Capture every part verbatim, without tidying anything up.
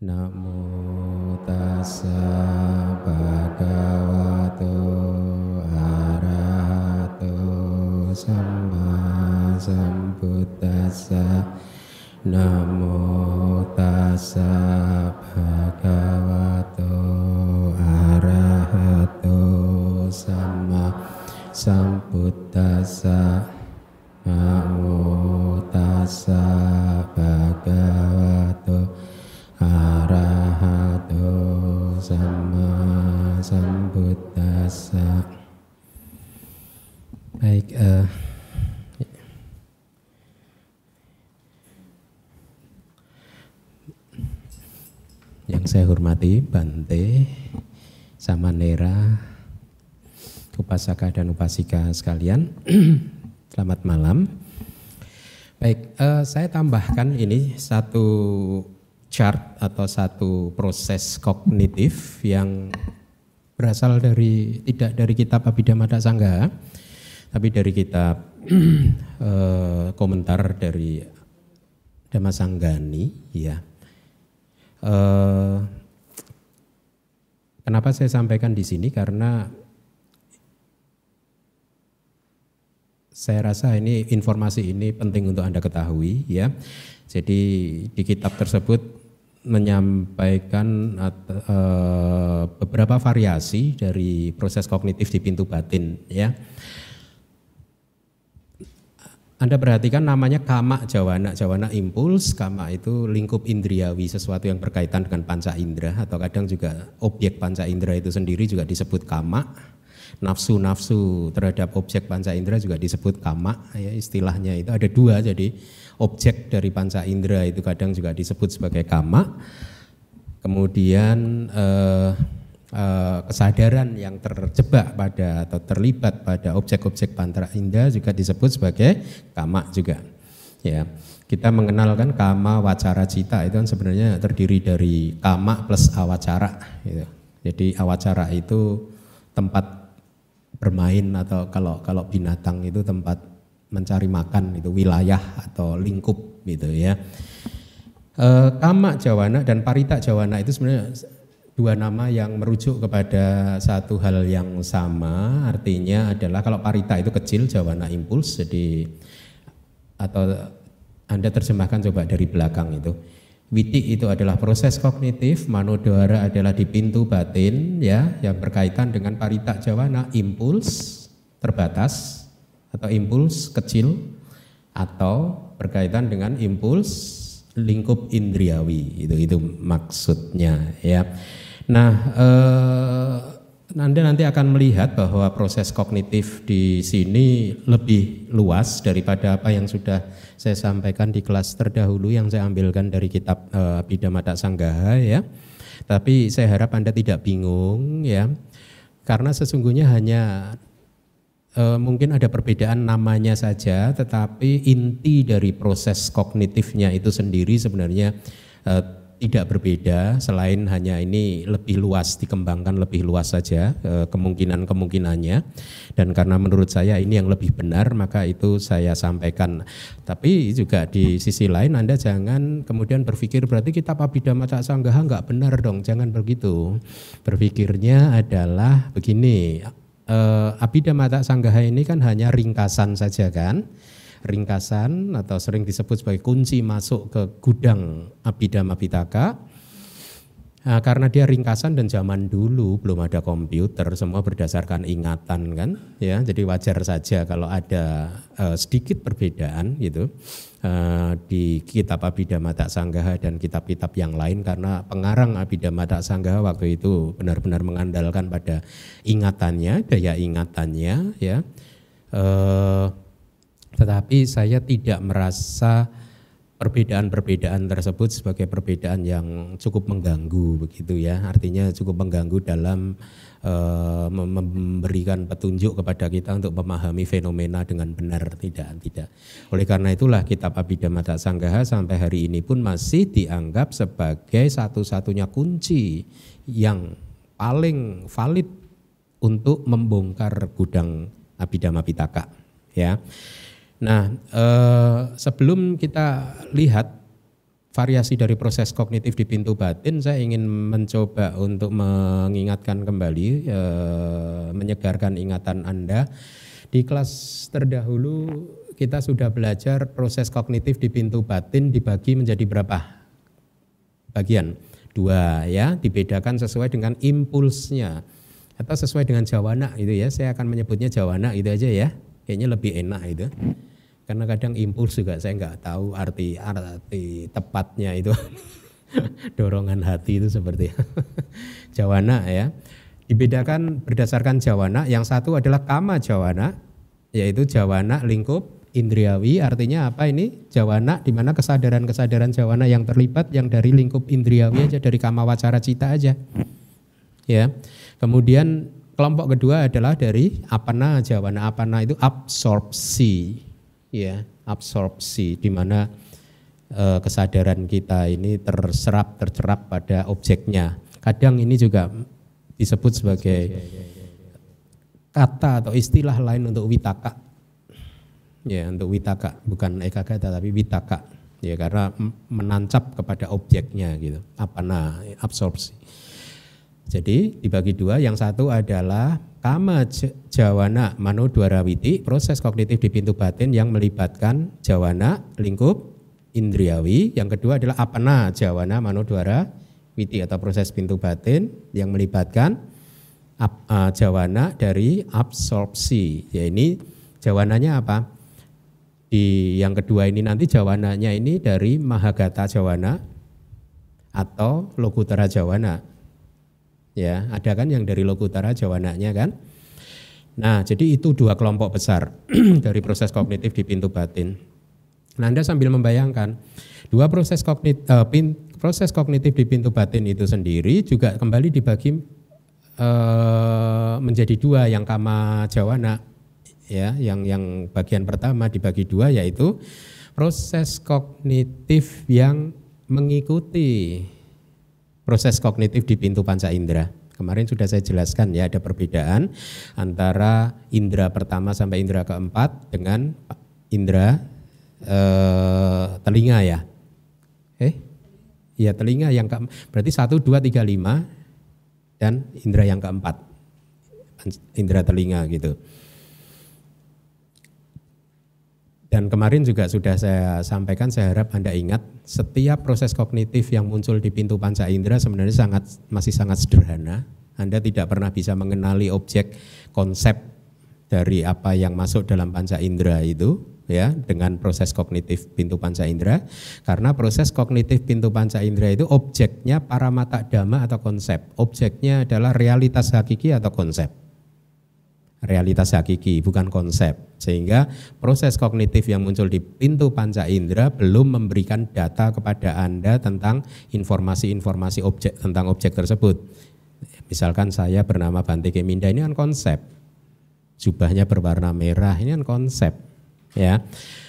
Namo tassa bhagavato arahato samma sambuddhassa. Namo tassa bhagavato arahato samma sambuddhassa. Namo tassa bhagavato arahato samma sambuddhassa. Baik, uh, yang saya hormati Bante, Samanera, Upasaka dan Upasika sekalian, selamat malam. Baik, uh, saya tambahkan ini satu chart atau satu proses kognitif yang berasal dari tidak dari kitab Abhidhamma Sanggaha, tapi dari kitab uh, komentar dari Dhammasanggani, ya. Uh, kenapa saya sampaikan di sini? Karena saya rasa ini informasi ini penting untuk Anda ketahui, ya. Jadi di kitab tersebut menyampaikan uh, beberapa variasi dari proses kognitif di pintu batin, ya. Anda perhatikan namanya kama jawana, jawana impuls, kama itu lingkup indriawi, sesuatu yang berkaitan dengan panca indera, atau kadang juga objek panca indera itu sendiri juga disebut kama. Nafsu-nafsu terhadap objek panca indera juga disebut kama, ya, istilahnya itu ada dua, jadi objek dari panca indera itu kadang juga disebut sebagai kama. Kemudian eh, eh, kesadaran yang terjebak pada atau terlibat pada objek-objek panca indera juga disebut sebagai kama juga. Ya, kita mengenalkan kama, wacara, cita itu kan sebenarnya terdiri dari kama plus awacara. Gitu. Jadi awacara itu tempat bermain, atau kalau kalau binatang itu tempat mencari makan, itu wilayah atau lingkup gitu, ya. E, kama jawana dan parita jawana itu sebenarnya dua nama yang merujuk kepada satu hal yang sama. Artinya adalah kalau parita itu kecil, jawana impuls, jadi atau Anda terjemahkan coba dari belakang itu. Witi itu adalah proses kognitif, manodhara adalah di pintu batin, ya, yang berkaitan dengan parita jawana, impuls terbatas atau impuls kecil, atau berkaitan dengan impuls lingkup indriawi, itu itu maksudnya, ya. Nah, eh, Anda nanti akan melihat bahwa proses kognitif di sini lebih luas daripada apa yang sudah saya sampaikan di kelas terdahulu yang saya ambilkan dari kitab uh, Abhidhamma Sanggaha, ya. Tapi saya harap Anda tidak bingung, ya, karena sesungguhnya hanya uh, mungkin ada perbedaan namanya saja, tetapi inti dari proses kognitifnya itu sendiri sebenarnya uh, tidak berbeda, selain hanya ini lebih luas, dikembangkan lebih luas saja e, kemungkinan-kemungkinannya, dan karena menurut saya ini yang lebih benar, maka itu saya sampaikan. Tapi juga di sisi lain Anda jangan kemudian berpikir berarti kitab Abhidhamma Sanggaha enggak benar dong, jangan begitu. Berpikirnya adalah begini, e, Abhidhamma Sanggaha ini kan hanya ringkasan saja kan, ringkasan atau sering disebut sebagai kunci masuk ke gudang Abhidhamma Pitaka. Nah, karena dia ringkasan dan zaman dulu belum ada komputer, semua berdasarkan ingatan kan, ya. Jadi wajar saja kalau ada uh, sedikit perbedaan gitu uh, di kitab Abhidhamma Sanggaha dan kitab-kitab yang lain, karena pengarang Abhidhamma Sanggaha waktu itu benar-benar mengandalkan pada ingatannya, daya ingatannya, ya. Uh, Tetapi saya tidak merasa perbedaan-perbedaan tersebut sebagai perbedaan yang cukup mengganggu begitu, ya. Artinya cukup mengganggu dalam uh, memberikan petunjuk kepada kita untuk memahami fenomena dengan benar, tidak, tidak. Oleh karena itulah kitab Abhidhamma Sanggaha sampai hari ini pun masih dianggap sebagai satu-satunya kunci yang paling valid untuk membongkar gudang Abhidhamma Pitaka, ya. Nah, eh, sebelum kita lihat variasi dari proses kognitif di pintu batin, saya ingin mencoba untuk mengingatkan kembali, e, menyegarkan ingatan Anda. Di kelas terdahulu kita sudah belajar proses kognitif di pintu batin dibagi menjadi berapa bagian? Dua ya, dibedakan sesuai dengan impulsnya atau sesuai dengan jawana itu ya. Saya akan menyebutnya jawana itu aja ya, kayaknya lebih enak itu. Karena kadang impuls juga saya nggak tahu arti arti tepatnya itu dorongan hati itu seperti jawana ya. Dibedakan berdasarkan jawana. Yang satu adalah kama jawana, yaitu jawana lingkup indriawi. Artinya apa ini? Jawana di mana kesadaran-kesadaran jawana yang terlibat yang dari lingkup indriawi aja, dari kama wacara cita aja. Ya. Kemudian kelompok kedua adalah dari apana jawana. Apana itu absorpsi. Ya, absorpsi di mana e, kesadaran kita ini terserap tercerap pada objeknya. Kadang ini juga disebut sebagai kata atau istilah lain untuk witaka. Ya, untuk witaka bukan ekagata tapi witaka. Ya, karena menancap kepada objeknya gitu. Apana, absorpsi. Jadi dibagi dua, yang satu adalah kama jawana manodwarawiti, proses kognitif di pintu batin yang melibatkan jawana lingkup indriawi. Yang kedua adalah apana jawana manodwarawiti atau proses pintu batin yang melibatkan ap, uh, jawana dari absorpsi. Ya, ini jawananya apa? Di yang kedua ini nanti jawananya ini dari mahagata jawana atau lokutara jawana. Ya, ada kan yang dari lokutara jawananya kan. Nah, jadi itu dua kelompok besar dari proses kognitif di pintu batin. Nah, Anda sambil membayangkan dua proses kognitif, uh, pin, proses kognitif di pintu batin itu sendiri juga kembali dibagi uh, menjadi dua, yang kama jawana ya, yang yang bagian pertama dibagi dua yaitu proses kognitif yang mengikuti proses kognitif di pintu panca indera. Kemarin sudah saya jelaskan ya, ada perbedaan antara indera pertama sampai indera keempat dengan indera eh, telinga ya. Eh, iya telinga yang ke, berarti satu, dua, tiga, lima dan indera yang keempat, indera telinga gitu. Dan kemarin juga sudah saya sampaikan, saya harap Anda ingat, setiap proses kognitif yang muncul di pintu panca indera sebenarnya sangat masih sangat sederhana. Anda tidak pernah bisa mengenali objek konsep dari apa yang masuk dalam panca indera itu ya dengan proses kognitif pintu panca indera, karena proses kognitif pintu panca indera itu objeknya paramata dhamma atau konsep. Objeknya adalah realitas hakiki atau konsep. Realitas hakiki, bukan konsep. Sehingga proses kognitif yang muncul di pintu panca indera belum memberikan data kepada Anda tentang informasi-informasi objek tentang objek tersebut. Misalkan saya bernama Bante Keminda, ini kan konsep. Jubahnya berwarna merah, ini kan konsep. Ya.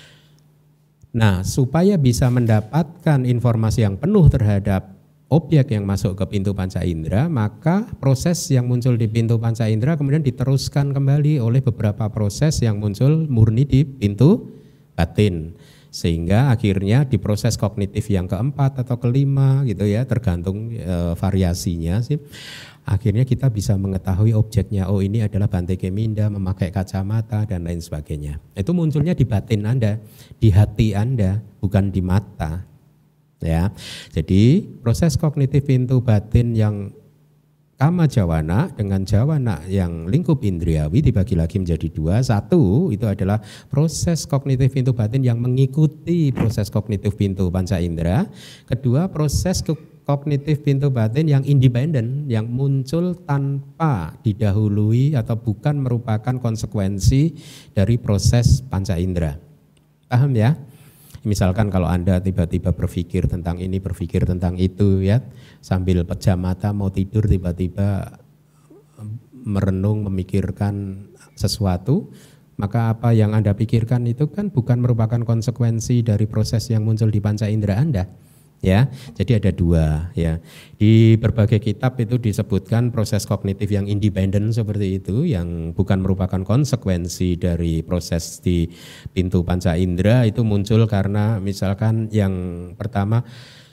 Nah, supaya bisa mendapatkan informasi yang penuh terhadap objek yang masuk ke pintu panca indera, maka proses yang muncul di pintu panca indera kemudian diteruskan kembali oleh beberapa proses yang muncul murni di pintu batin, sehingga akhirnya di proses kognitif yang keempat atau kelima gitu ya, tergantung e, variasinya sih, akhirnya kita bisa mengetahui objeknya, oh ini adalah Bante Keminda memakai kacamata dan lain sebagainya. Itu munculnya di batin Anda, di hati Anda, bukan di mata. Ya, jadi proses kognitif pintu batin yang kama jawana dengan jawana yang lingkup indriawi dibagi lagi menjadi dua. Satu itu adalah proses kognitif pintu batin yang mengikuti proses kognitif pintu panca indera. Kedua, proses kognitif pintu batin yang independen, yang muncul tanpa didahului atau bukan merupakan konsekuensi dari proses panca indera. Paham ya? Misalkan kalau Anda tiba-tiba berpikir tentang ini, berpikir tentang itu ya, sambil pejam mata mau tidur tiba-tiba merenung memikirkan sesuatu, maka apa yang Anda pikirkan itu kan bukan merupakan konsekuensi dari proses yang muncul di panca indera Anda. Ya, jadi ada dua ya. Di berbagai kitab itu disebutkan proses kognitif yang independen seperti itu, yang bukan merupakan konsekuensi dari proses di pintu panca indera, itu muncul karena misalkan yang pertama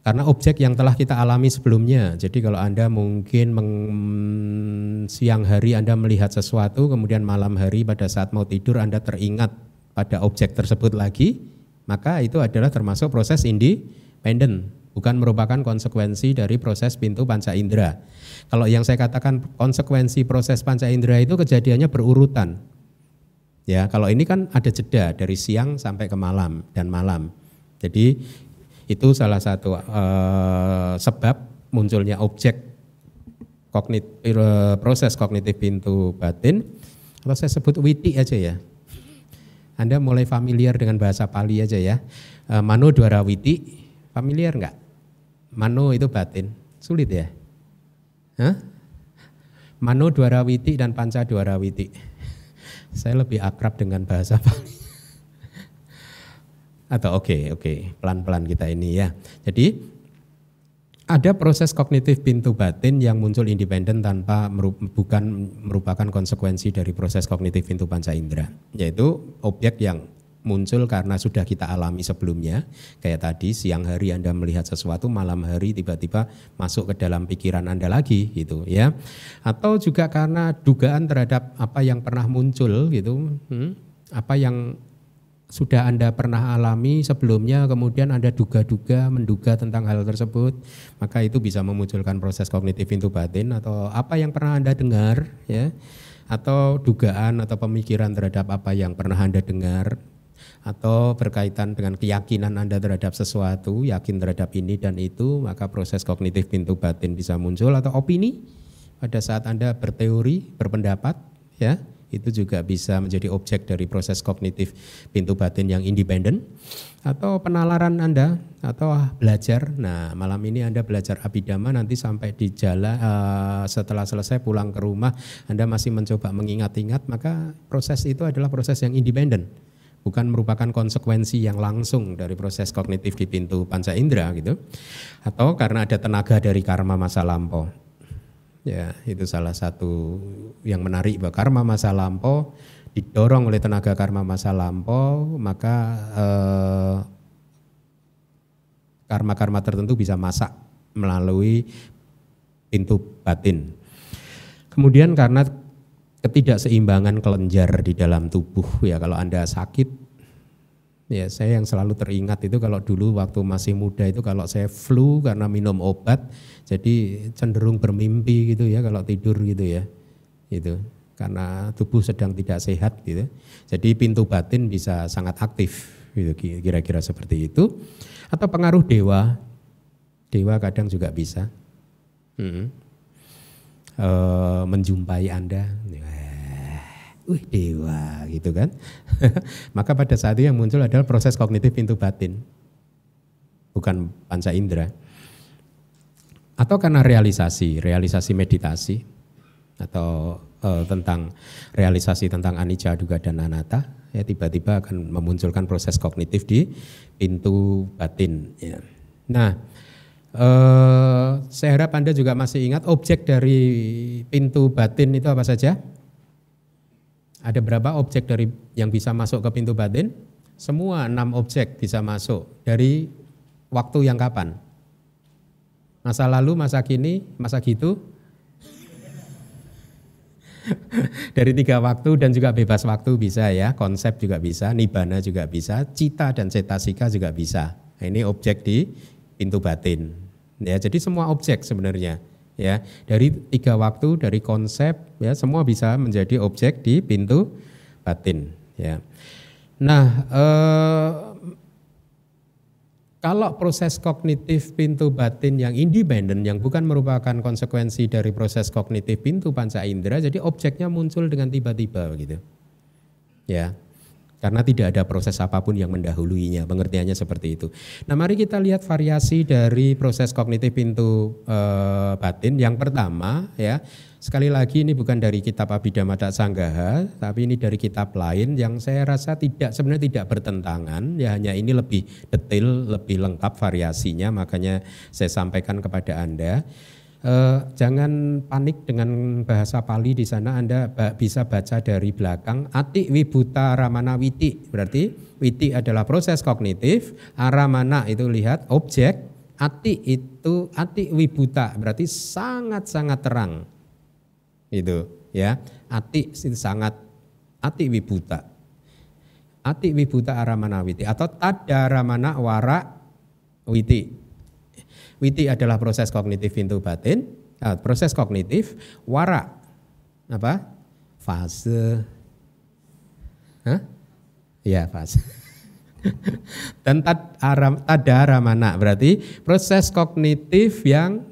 Karena objek yang telah kita alami sebelumnya. Jadi kalau Anda mungkin meng, siang hari Anda melihat sesuatu, kemudian malam hari pada saat mau tidur Anda teringat pada objek tersebut lagi, maka itu adalah termasuk proses independen, bukan merupakan konsekuensi dari proses pintu panca indera. Kalau yang saya katakan konsekuensi proses panca indera itu kejadiannya berurutan. Ya, kalau ini kan ada jeda dari siang sampai ke malam dan malam. Jadi itu salah satu uh, sebab munculnya objek kognit, uh, proses kognitif pintu batin. Kalau saya sebut witi aja ya, Anda mulai familiar dengan bahasa Pali aja ya. Uh, mano dwara witi, familiar enggak? Mano itu batin, sulit ya? Hah? Mano dwara witi dan panca dwara witi. Saya lebih akrab dengan bahasa Pali. Atau oke, okay, oke, okay. pelan-pelan kita ini ya. Jadi ada proses kognitif pintu batin yang muncul independen tanpa meru- bukan merupakan konsekuensi dari proses kognitif pintu panca indera, yaitu objek yang muncul karena sudah kita alami sebelumnya. Kayak tadi siang hari Anda melihat sesuatu, malam hari tiba-tiba masuk ke dalam pikiran Anda lagi gitu ya. Atau juga karena dugaan terhadap apa yang pernah muncul gitu, hmm, apa yang sudah Anda pernah alami sebelumnya, kemudian Anda duga-duga, menduga tentang hal tersebut, maka itu bisa memunculkan proses kognitif pintu batin. Atau apa yang pernah Anda dengar, ya, atau dugaan atau pemikiran terhadap apa yang pernah Anda dengar, atau berkaitan dengan keyakinan Anda terhadap sesuatu, yakin terhadap ini dan itu, maka proses kognitif pintu batin bisa muncul. Atau opini, pada saat Anda berteori, berpendapat, ya, itu juga bisa menjadi objek dari proses kognitif pintu batin yang independen. Atau penalaran Anda, atau belajar. Nah, malam ini Anda belajar abhidhamma, nanti sampai di jalan uh, setelah selesai pulang ke rumah Anda masih mencoba mengingat-ingat, maka proses itu adalah proses yang independen, bukan merupakan konsekuensi yang langsung dari proses kognitif di pintu panca indera gitu. Atau karena ada tenaga dari karma masa lampau. Ya, itu salah satu yang menarik, bahwa karma masa lampau didorong oleh tenaga karma masa lampau, maka eh, karma-karma tertentu bisa masak melalui pintu batin. Kemudian karena ketidakseimbangan kelenjar di dalam tubuh, ya kalau Anda sakit, ya saya yang selalu teringat itu kalau dulu waktu masih muda itu kalau saya flu karena minum obat, jadi cenderung bermimpi gitu ya kalau tidur gitu ya, itu karena tubuh sedang tidak sehat gitu. Jadi pintu batin bisa sangat aktif gitu, kira-kira seperti itu. Atau pengaruh dewa, dewa kadang juga bisa hmm. e, menjumpai Anda. Wih dewa gitu kan. Maka pada saat itu yang muncul adalah proses kognitif pintu batin, bukan panca indera. Atau karena realisasi, realisasi meditasi, atau e, tentang realisasi tentang anicca, dukkha dan anatta, ya tiba-tiba akan memunculkan proses kognitif di pintu batin. Ya. Nah, e, saya harap Anda juga masih ingat objek dari pintu batin itu apa saja? Ada berapa objek dari yang bisa masuk ke pintu batin? Semua enam objek bisa masuk. Dari waktu yang kapan? Masa lalu, masa kini, masa gitu? Dari tiga waktu dan juga bebas waktu bisa ya. Konsep juga bisa, nibbana juga bisa, cita dan cetasika juga bisa. Nah, ini objek di pintu batin. Ya, jadi semua objek sebenarnya. Ya, dari tiga waktu, dari konsep, ya semua bisa menjadi objek di pintu batin. Ya, nah eh, kalau proses kognitif pintu batin yang independen, yang bukan merupakan konsekuensi dari proses kognitif pintu panca indera, jadi objeknya muncul dengan tiba-tiba gitu. Ya. Karena tidak ada proses apapun yang mendahuluinya, pengertiannya seperti itu. Nah, mari kita lihat variasi dari proses kognitif pintu e, batin. Yang pertama, ya, sekali lagi ini bukan dari kitab Abhidhamma Sanggaha, tapi ini dari kitab lain yang saya rasa tidak sebenarnya tidak bertentangan, ya hanya ini lebih detail, lebih lengkap variasinya, makanya saya sampaikan kepada Anda. Uh, jangan panik dengan bahasa Pali di sana. Anda bisa baca dari belakang. Ati wibuta ramana witi, berarti witi adalah proses kognitif, aramana itu lihat objek, Ati itu ati wibuta berarti sangat-sangat terang. Itu ya. Ati itu sangat ati wibuta. Ati wibuta aramana witi atau tadaramana wara witi. Witi adalah proses kognitif pintu batin, uh, proses kognitif, wara apa? Fase. Hah? Ya, fase. Dan tad aram, tadaramana berarti proses kognitif yang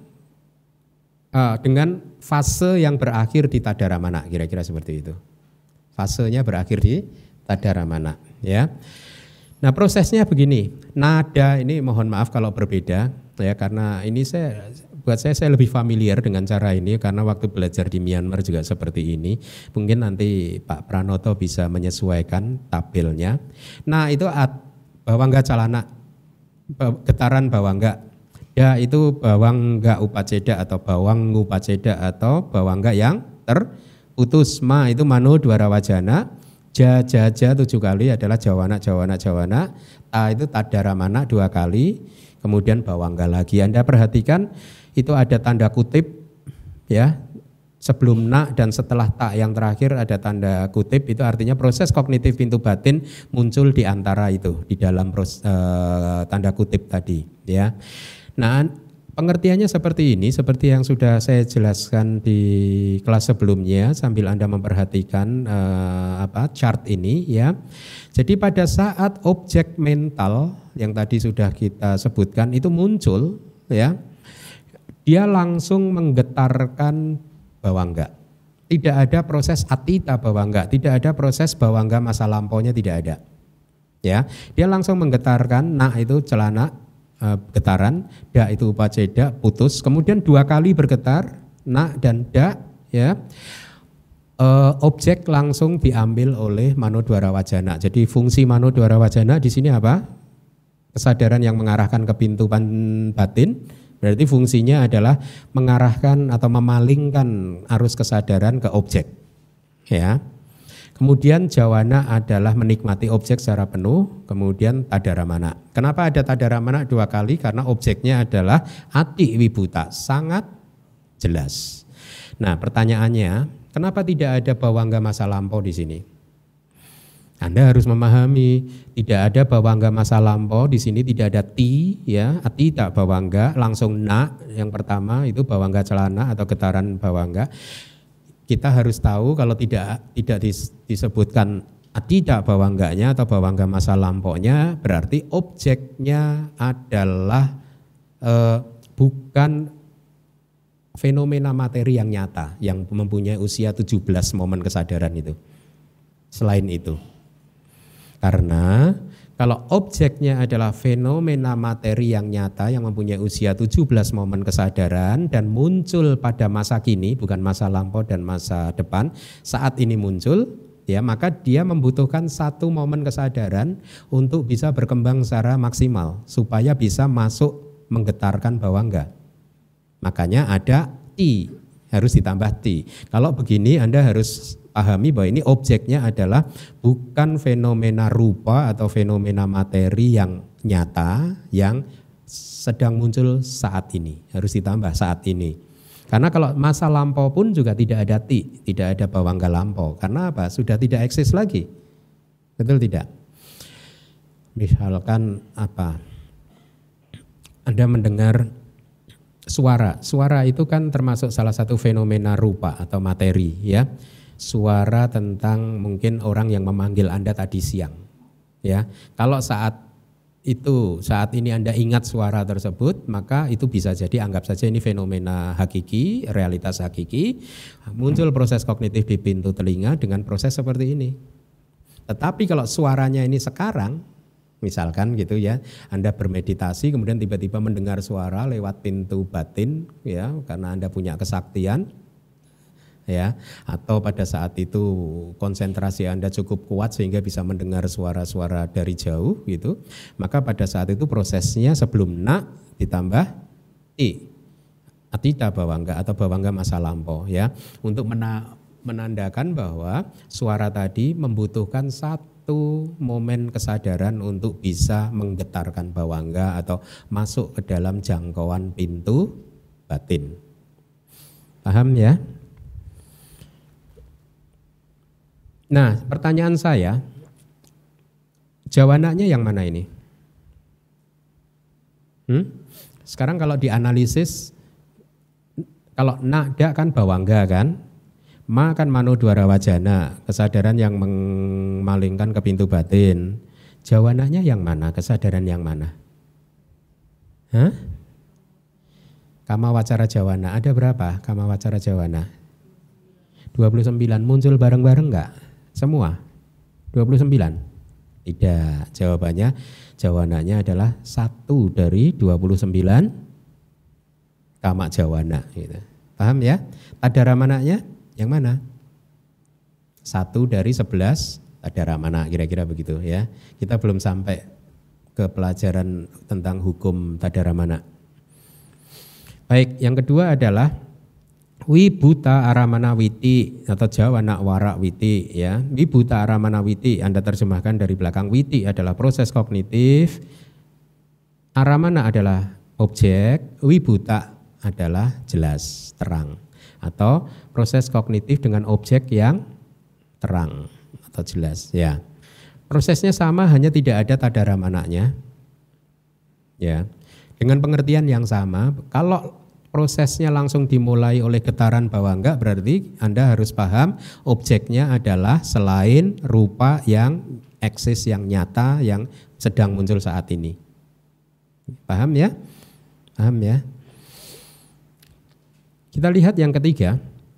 uh, dengan fase yang berakhir di tadaramana, kira-kira seperti itu. Fasenya berakhir di tadaramana, ya. Nah, prosesnya begini. Nada ini mohon maaf kalau berbeda ya, karena ini saya buat saya saya lebih familiar dengan cara ini karena waktu belajar di Myanmar juga seperti ini. Mungkin nanti Pak Pranoto bisa menyesuaikan tabelnya. Nah, itu at, bawangga calana, getaran bawangga. Ya, itu bawangga upaceda atau bawang upaceda atau bawangga yang terputus. Ma itu mano dwara wajana. Ja, ja, ja tujuh kali adalah jawana, jawana, jawana. Ta itu tadaramana dua kali. Kemudian bawangga lagi. Anda perhatikan itu ada tanda kutip ya. Sebelum na dan setelah ta yang terakhir ada tanda kutip. Itu artinya proses kognitif pintu batin muncul di antara itu. Di dalam proses, uh, tanda kutip tadi ya. Nah, pengertiannya seperti ini, seperti yang sudah saya jelaskan di kelas sebelumnya sambil Anda memperhatikan uh, apa chart ini ya. Jadi pada saat objek mental yang tadi sudah kita sebutkan itu muncul ya, dia langsung menggetarkan bawangga. Tidak ada proses atita bawangga, tidak ada proses bawangga masa lampaunya, tidak ada. Ya, dia langsung menggetarkan. Nah, itu celana getaran, da itu upaceda putus, kemudian dua kali bergetar, na dan da ya. E, objek langsung diambil oleh manodwara wajana. Jadi fungsi manodwara wajana di sini apa? Kesadaran yang mengarahkan ke pintu batin. Berarti fungsinya adalah mengarahkan atau memalingkan arus kesadaran ke objek. Ya. Kemudian jawana adalah menikmati objek secara penuh, kemudian tadaramana. Kenapa ada tadaramana dua kali? Karena objeknya adalah ati wibuta, sangat jelas. Nah, pertanyaannya, kenapa tidak ada bawangga masa lampau di sini? Anda harus memahami, tidak ada bawangga masa lampau di sini, tidak ada ti, ya, ati tak bawangga, langsung na. Yang pertama itu bawangga celana atau getaran bawangga. Kita harus tahu kalau tidak tidak disebutkan tidak bawangganya atau bawangga masa lampaunya, berarti objeknya adalah eh, bukan fenomena materi yang nyata yang mempunyai usia tujuh belas momen kesadaran itu. Selain itu, karena kalau objeknya adalah fenomena materi yang nyata yang mempunyai usia tujuh belas momen kesadaran dan muncul pada masa kini, bukan masa lampau dan masa depan, saat ini muncul, ya maka dia membutuhkan satu momen kesadaran untuk bisa berkembang secara maksimal supaya bisa masuk menggetarkan bawangga. Makanya ada ti, harus ditambah ti. Kalau begini Anda harus pahami bahwa ini objeknya adalah bukan fenomena rupa atau fenomena materi yang nyata yang sedang muncul saat ini, harus ditambah saat ini. Karena kalau masa lampau pun juga tidak ada ti, tidak ada bawangga lampau. Karena apa? Sudah tidak eksis lagi. Betul tidak? Misalkan apa? Anda mendengar suara. Suara itu kan termasuk salah satu fenomena rupa atau materi ya. Suara tentang mungkin orang yang memanggil Anda tadi siang. Ya, kalau saat itu saat ini Anda ingat suara tersebut, maka itu bisa jadi anggap saja ini fenomena hakiki, realitas hakiki. Muncul proses kognitif di pintu telinga dengan proses seperti ini. Tetapi kalau suaranya ini sekarang, misalkan gitu ya, Anda bermeditasi kemudian tiba-tiba mendengar suara lewat pintu batin ya, karena Anda punya kesaktian. Ya, atau pada saat itu konsentrasi Anda cukup kuat sehingga bisa mendengar suara-suara dari jauh gitu, maka pada saat itu prosesnya sebelum na ditambah ti, atita bawangga atau bawangga masa lampau ya, untuk mena- menandakan bahwa suara tadi membutuhkan satu satu momen kesadaran untuk bisa menggetarkan bawangga atau masuk ke dalam jangkauan pintu batin. Paham ya? Nah, pertanyaan saya, jawananya yang mana ini? Hmm? Sekarang kalau dianalisis, kalau nada kan bawangga kan, ma kan manodwara wajana, kesadaran yang memalingkan ke pintu batin. Jawananya yang mana? Kesadaran yang mana? Hah? Kama wacara jawana, ada berapa kama wacara jawana? dua puluh sembilan, muncul bareng-bareng enggak? Semua? dua puluh sembilan? Tidak, jawabannya jawananya adalah satu dari dua puluh sembilan kama jawana. Gitu. Paham ya? Tadaramananya yang mana? Satu dari sebelas tadaramana, kira-kira begitu ya. Kita belum sampai ke pelajaran tentang hukum tadaramana. Baik, yang kedua adalah Wibuta aramana witi atau jawana wara witi ya. Wibuta aramana witi Anda terjemahkan dari belakang, witi adalah proses kognitif, aramana adalah objek, wibuta adalah jelas, terang, atau proses kognitif dengan objek yang terang atau jelas ya. Prosesnya sama, hanya tidak ada tadaramananya ya. Dengan pengertian yang sama, kalau prosesnya langsung dimulai oleh getaran bawangga, berarti Anda harus paham objeknya adalah selain rupa yang eksis, yang nyata, yang sedang muncul saat ini. Paham ya? Paham ya? Kita lihat yang ketiga.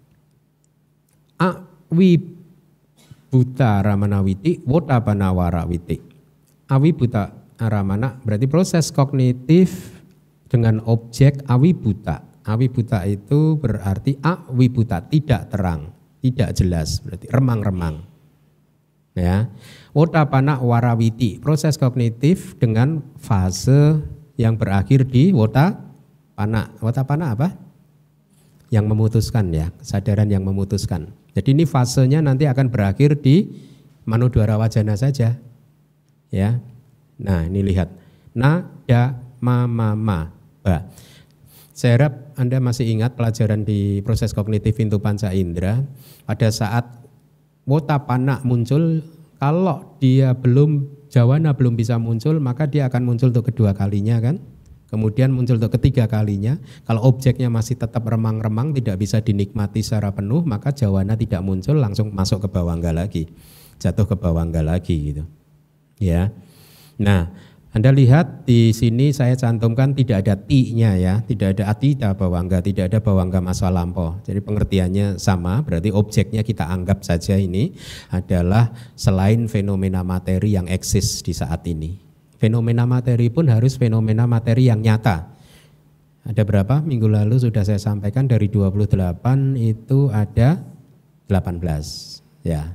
Awi buta ramana witi, wotapana wara witi. Awi buta ramana berarti proses kognitif dengan objek awibuta. Awibuta itu berarti awibuta, tidak terang, tidak jelas, berarti remang-remang. Ya. Wotapana warawiti, proses kognitif dengan fase yang berakhir di wotapana. Wotapana apa? Yang memutuskan ya, kesadaran yang memutuskan. Jadi ini fasenya nanti akan berakhir di manodwara wajana saja. Ya. Nah, ini lihat. Na, da, ma, ma, ma. Bah. Saya harap Anda masih ingat pelajaran di proses kognitif pintu panca indera. Pada saat wotapana muncul, kalau dia belum, jawana belum bisa muncul, maka dia akan muncul untuk kedua kalinya kan. Kemudian muncul untuk ketiga kalinya. Kalau objeknya masih tetap remang-remang, tidak bisa dinikmati secara penuh, maka jawana tidak muncul, langsung masuk ke bawangga lagi, jatuh ke bawangga lagi gitu. Ya. Nah, Anda lihat di sini saya cantumkan tidak ada ti-nya ya, tidak ada atida bawangga, tidak ada bawangga masa lampau. Jadi pengertiannya sama, berarti objeknya kita anggap saja ini adalah selain fenomena materi yang eksis di saat ini. Fenomena materi pun harus fenomena materi yang nyata. Ada berapa? Minggu lalu sudah saya sampaikan dari dua puluh delapan itu ada delapan belas ya.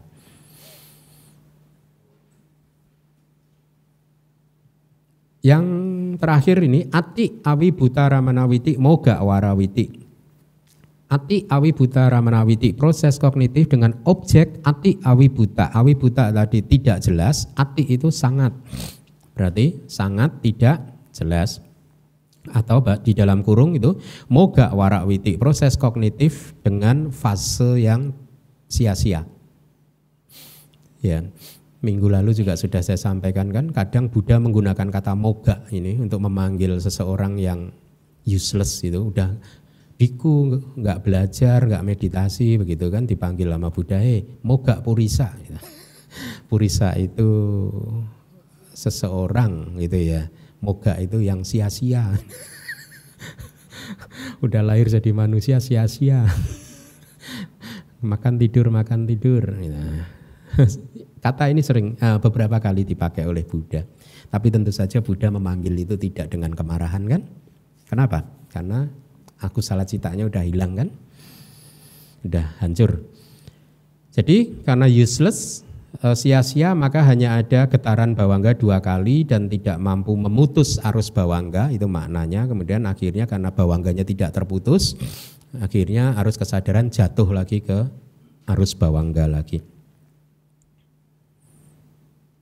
Yang terakhir ini ati awi buta ramanawiti moga warawiti. Ati awi buta ramanawiti, proses kognitif dengan objek ati awi buta. Awi buta tadi tidak jelas, ati itu sangat. Berarti sangat tidak jelas. Atau di dalam kurung itu moga warawiti, proses kognitif dengan fase yang sia-sia. Ya. Minggu lalu juga sudah saya sampaikan kan, kadang Buddha menggunakan kata moga ini untuk memanggil seseorang yang useless itu, udah biku, nggak belajar, nggak meditasi begitu kan, dipanggil sama Buddha, hey, moga purisa. Purisa itu seseorang gitu ya, moga itu yang sia-sia. Udah lahir jadi manusia sia-sia. Makan tidur, makan tidur. Nah. Kata ini sering uh, beberapa kali dipakai oleh Buddha. Tapi tentu saja Buddha memanggil itu tidak dengan kemarahan kan? Kenapa? Karena aku salah citanya udah hilang kan? Udah hancur. Jadi karena useless, uh, sia-sia, maka hanya ada getaran bawangga dua kali dan tidak mampu memutus arus bawangga, itu maknanya. Kemudian akhirnya karena bawangganya tidak terputus, akhirnya arus kesadaran jatuh lagi ke arus bawangga lagi.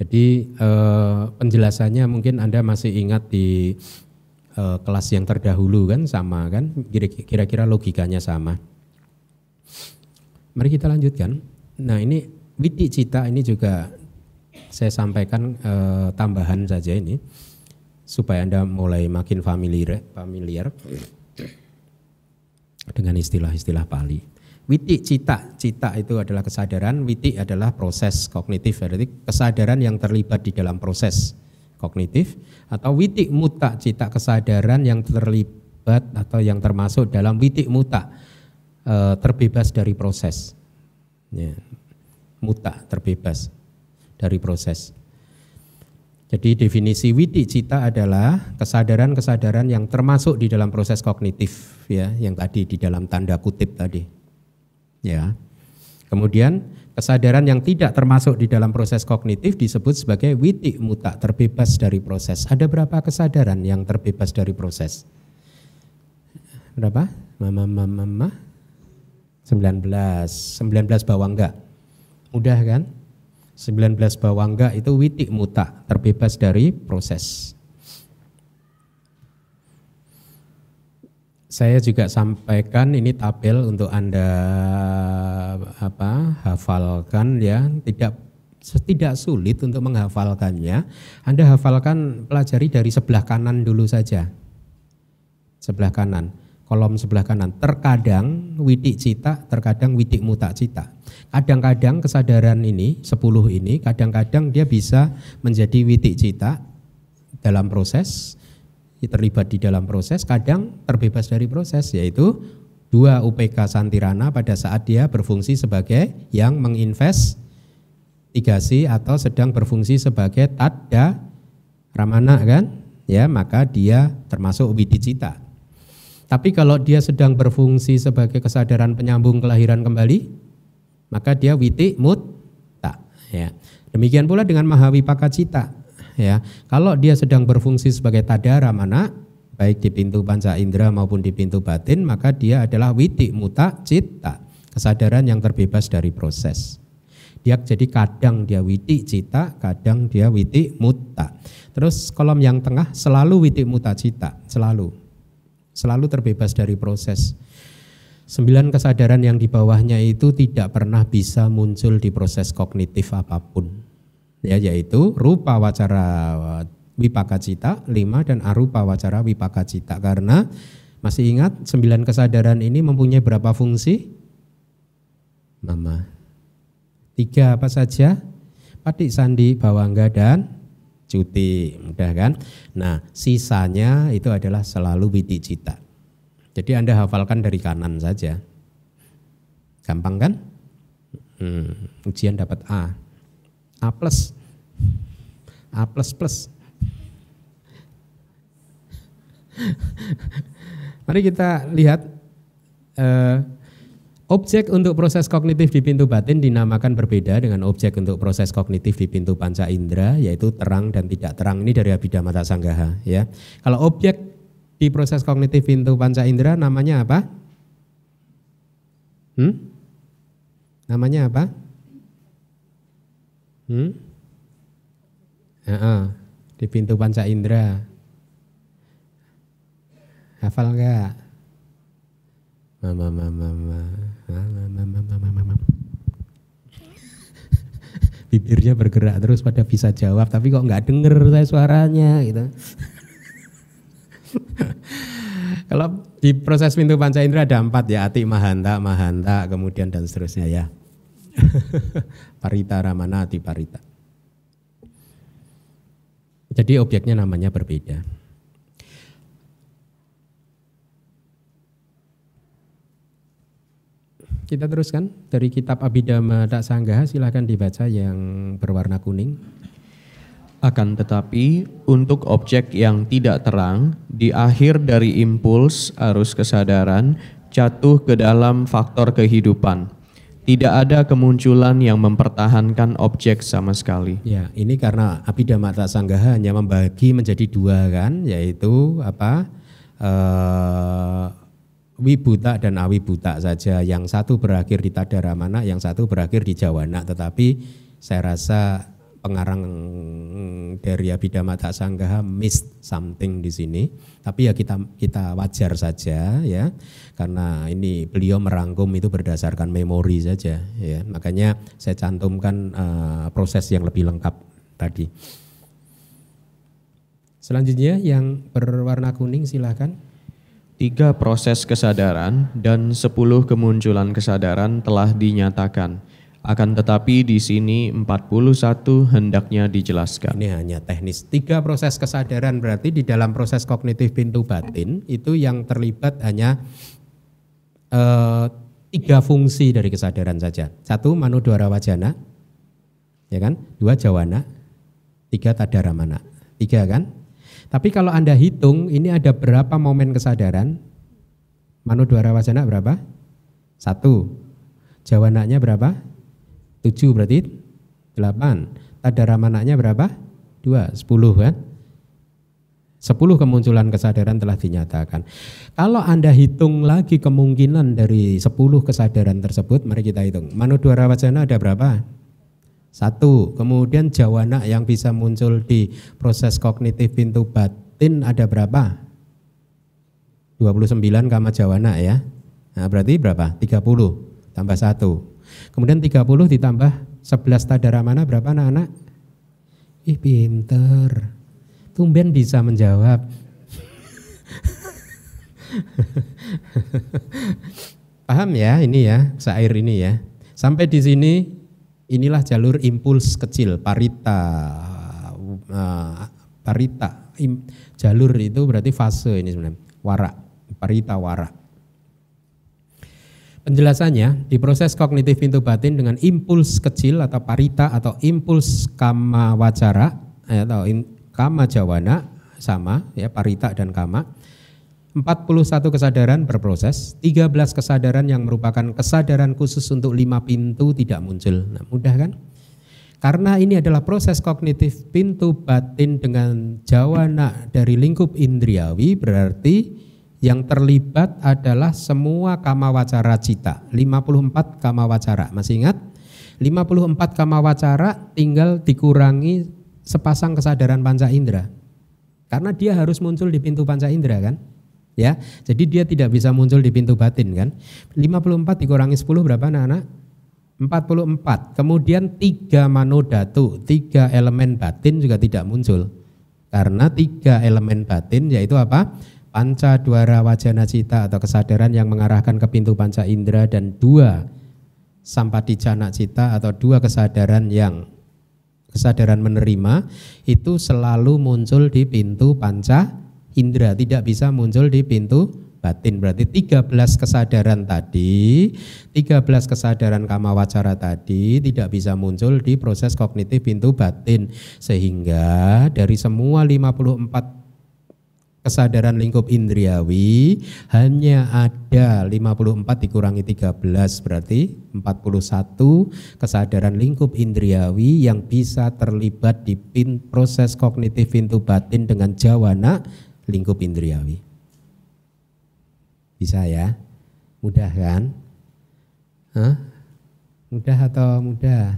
Jadi eh, penjelasannya mungkin Anda masih ingat di eh, kelas yang terdahulu kan sama kan, kira-kira logikanya sama. Mari kita lanjutkan. Nah ini witi cita ini juga saya sampaikan eh, tambahan saja ini supaya Anda mulai makin familiar, familiar dengan istilah-istilah Pali. Witi cita, cita itu adalah kesadaran, witi adalah proses kognitif, berarti kesadaran yang terlibat di dalam proses kognitif, atau witi muta, cita kesadaran yang terlibat atau yang termasuk dalam witi muta, e, terbebas dari proses, ya, muta terbebas dari proses. Jadi definisi witi cita adalah kesadaran-kesadaran yang termasuk di dalam proses kognitif, ya, yang tadi di dalam tanda kutip tadi. Ya. Kemudian kesadaran yang tidak termasuk di dalam proses kognitif disebut sebagai witi muta, terbebas dari proses. Ada berapa kesadaran yang terbebas dari proses? Berapa? Mama mama mama. sembilan belas. sembilan belas bawangga. Mudah kan? sembilan belas bawangga itu witi muta, terbebas dari proses. Saya juga sampaikan ini tabel untuk Anda apa hafalkan ya, tidak tidak sulit untuk menghafalkannya. Anda hafalkan, pelajari dari sebelah kanan dulu saja. Sebelah kanan, kolom sebelah kanan. Terkadang witi cita, terkadang witi muta cita. Kadang-kadang kesadaran ini, sepuluh ini, kadang-kadang dia bisa menjadi witi cita dalam proses, terlibat di dalam proses, kadang terbebas dari proses, yaitu dua U P K Santirana pada saat dia berfungsi sebagai yang menginvestigasi atau sedang berfungsi sebagai tadda ramana kan, ya maka dia termasuk witi cita. Tapi kalau dia sedang berfungsi sebagai kesadaran penyambung kelahiran kembali, maka dia witi mutta. Ya. Demikian pula dengan mahawipaka cita. Ya, kalau dia sedang berfungsi sebagai tadara mana, baik di pintu panca indera maupun di pintu batin, maka dia adalah witi muta citta, kesadaran yang terbebas dari proses. Dia jadi kadang dia witi cita, kadang dia witi muta. Terus kolom yang tengah selalu witi muta cita, selalu, selalu terbebas dari proses. Sembilan kesadaran yang di bawahnya itu tidak pernah bisa muncul di proses kognitif apapun. Ya, yaitu rupa wacara wipaka cita lima dan arupa wacara wipaka cita. Karena masih ingat sembilan kesadaran ini mempunyai berapa fungsi? Mama. Tiga apa saja? Patik sandi, bawangga dan cuti. Mudah kan? Nah sisanya itu adalah selalu witi cita. Jadi Anda hafalkan dari kanan saja. Gampang kan? Hmm, ujian dapat A. A plus, A plus plus. Mari kita lihat eh, objek untuk proses kognitif di pintu batin dinamakan berbeda dengan objek untuk proses kognitif di pintu panca indera, yaitu terang dan tidak terang. Ini dari Abhidhamma Sanggaha. Ya, kalau objek di proses kognitif pintu panca indera namanya apa? Hmm? Namanya apa? Hmm? Ya, di pintu panca indera. Hafal enggak? Mama mama mama mama mama mama mama. Bibirnya bergerak terus pada bisa jawab, tapi kok enggak denger saya suaranya gitu. Kalau di proses pintu panca indera ada empat ya, ati mahanta, mahanta, kemudian dan seterusnya ya. Parita ramana ati parita. Jadi objeknya namanya berbeda. Kita teruskan dari kitab Abhidhamma Sanggaha, silakan dibaca yang berwarna kuning. Akan tetapi untuk objek yang tidak terang, di akhir dari impuls arus kesadaran jatuh ke dalam faktor kehidupan. Tidak ada kemunculan yang mempertahankan objek sama sekali. Ya, ini karena Abhidhamma Sanggaha hanya membagi menjadi dua kan, yaitu apa? Eh, wibuta dan awibuta saja. Yang satu berakhir di tadaramana, yang satu berakhir di jawana. Tetapi saya rasa pengarang dari Abhidhamma Sanggaha missed something di sini, tapi ya kita kita wajar saja ya, karena ini beliau merangkum itu berdasarkan memori saja ya, makanya saya cantumkan uh, proses yang lebih lengkap tadi. Selanjutnya yang berwarna kuning silakan. Tiga proses kesadaran dan sepuluh kemunculan kesadaran telah dinyatakan. Akan tetapi di sini empat puluh satu hendaknya dijelaskan. Ini hanya teknis. Tiga proses kesadaran berarti di dalam proses kognitif pintu batin itu yang terlibat hanya eh, tiga fungsi dari kesadaran saja. Satu manudwara wajana, ya kan? Dua jawana, tiga tadaramana. Tiga kan? Tapi kalau Anda hitung ini ada berapa momen kesadaran? Manudwara wajana berapa? Satu. Jawananya berapa? Tujuh berarti delapan. Tadaramananya berapa? Dua, sepuluh kan? Sepuluh kemunculan kesadaran telah dinyatakan. Kalau Anda hitung lagi kemungkinan dari sepuluh kesadaran tersebut, mari kita hitung. Manudwara wajana ada berapa? Satu. Kemudian jawana yang bisa muncul di proses kognitif pintu batin ada berapa? dua puluh sembilan kama jawana ya. Nah berarti berapa? tiga puluh tambah satu. Kemudian tiga puluh ditambah sebelas tadaramana berapa anak-anak? Ih pinter, tumben bisa menjawab. Paham ya ini ya, syair ini ya. Sampai di sini inilah jalur impuls kecil, parita. Uh, parita, im, jalur itu berarti fase ini sebenarnya, wara, parita wara. Penjelasannya di proses kognitif pintu batin dengan impuls kecil atau parita atau impuls kama wacara atau kama jawana sama ya, parita dan kama. empat puluh satu kesadaran berproses, tiga belas kesadaran yang merupakan kesadaran khusus untuk lima pintu tidak muncul. Nah, mudah kan? Karena ini adalah proses kognitif pintu batin dengan jawana dari lingkup indriawi, berarti yang terlibat adalah semua kama wacara cita, lima puluh empat kama wacara. Masih ingat? lima puluh empat kama wacara tinggal dikurangi sepasang kesadaran panca indera. Karena dia harus muncul di pintu panca indera kan? Ya. Jadi dia tidak bisa muncul di pintu batin kan? lima puluh empat dikurangi sepuluh berapa anak-anak? empat puluh empat. Kemudian tiga manodatu, tiga elemen batin juga tidak muncul. Karena tiga elemen batin yaitu apa? Panca dwara wajana cita atau kesadaran yang mengarahkan ke pintu panca indera, dan dua sampadicana cita atau dua kesadaran yang kesadaran menerima itu selalu muncul di pintu panca indera, tidak bisa muncul di pintu batin. Berarti tiga belas kesadaran tadi, tiga belas kesadaran kama wacara tadi tidak bisa muncul di proses kognitif pintu batin, sehingga dari semua lima puluh empat kesadaran lingkup indriawi hanya ada lima puluh empat dikurangi tiga belas berarti empat puluh satu kesadaran lingkup indriawi yang bisa terlibat di pin, proses kognitif pintu batin dengan jawana lingkup indriawi. Bisa ya? Mudah kan? Hah? Mudah atau mudah?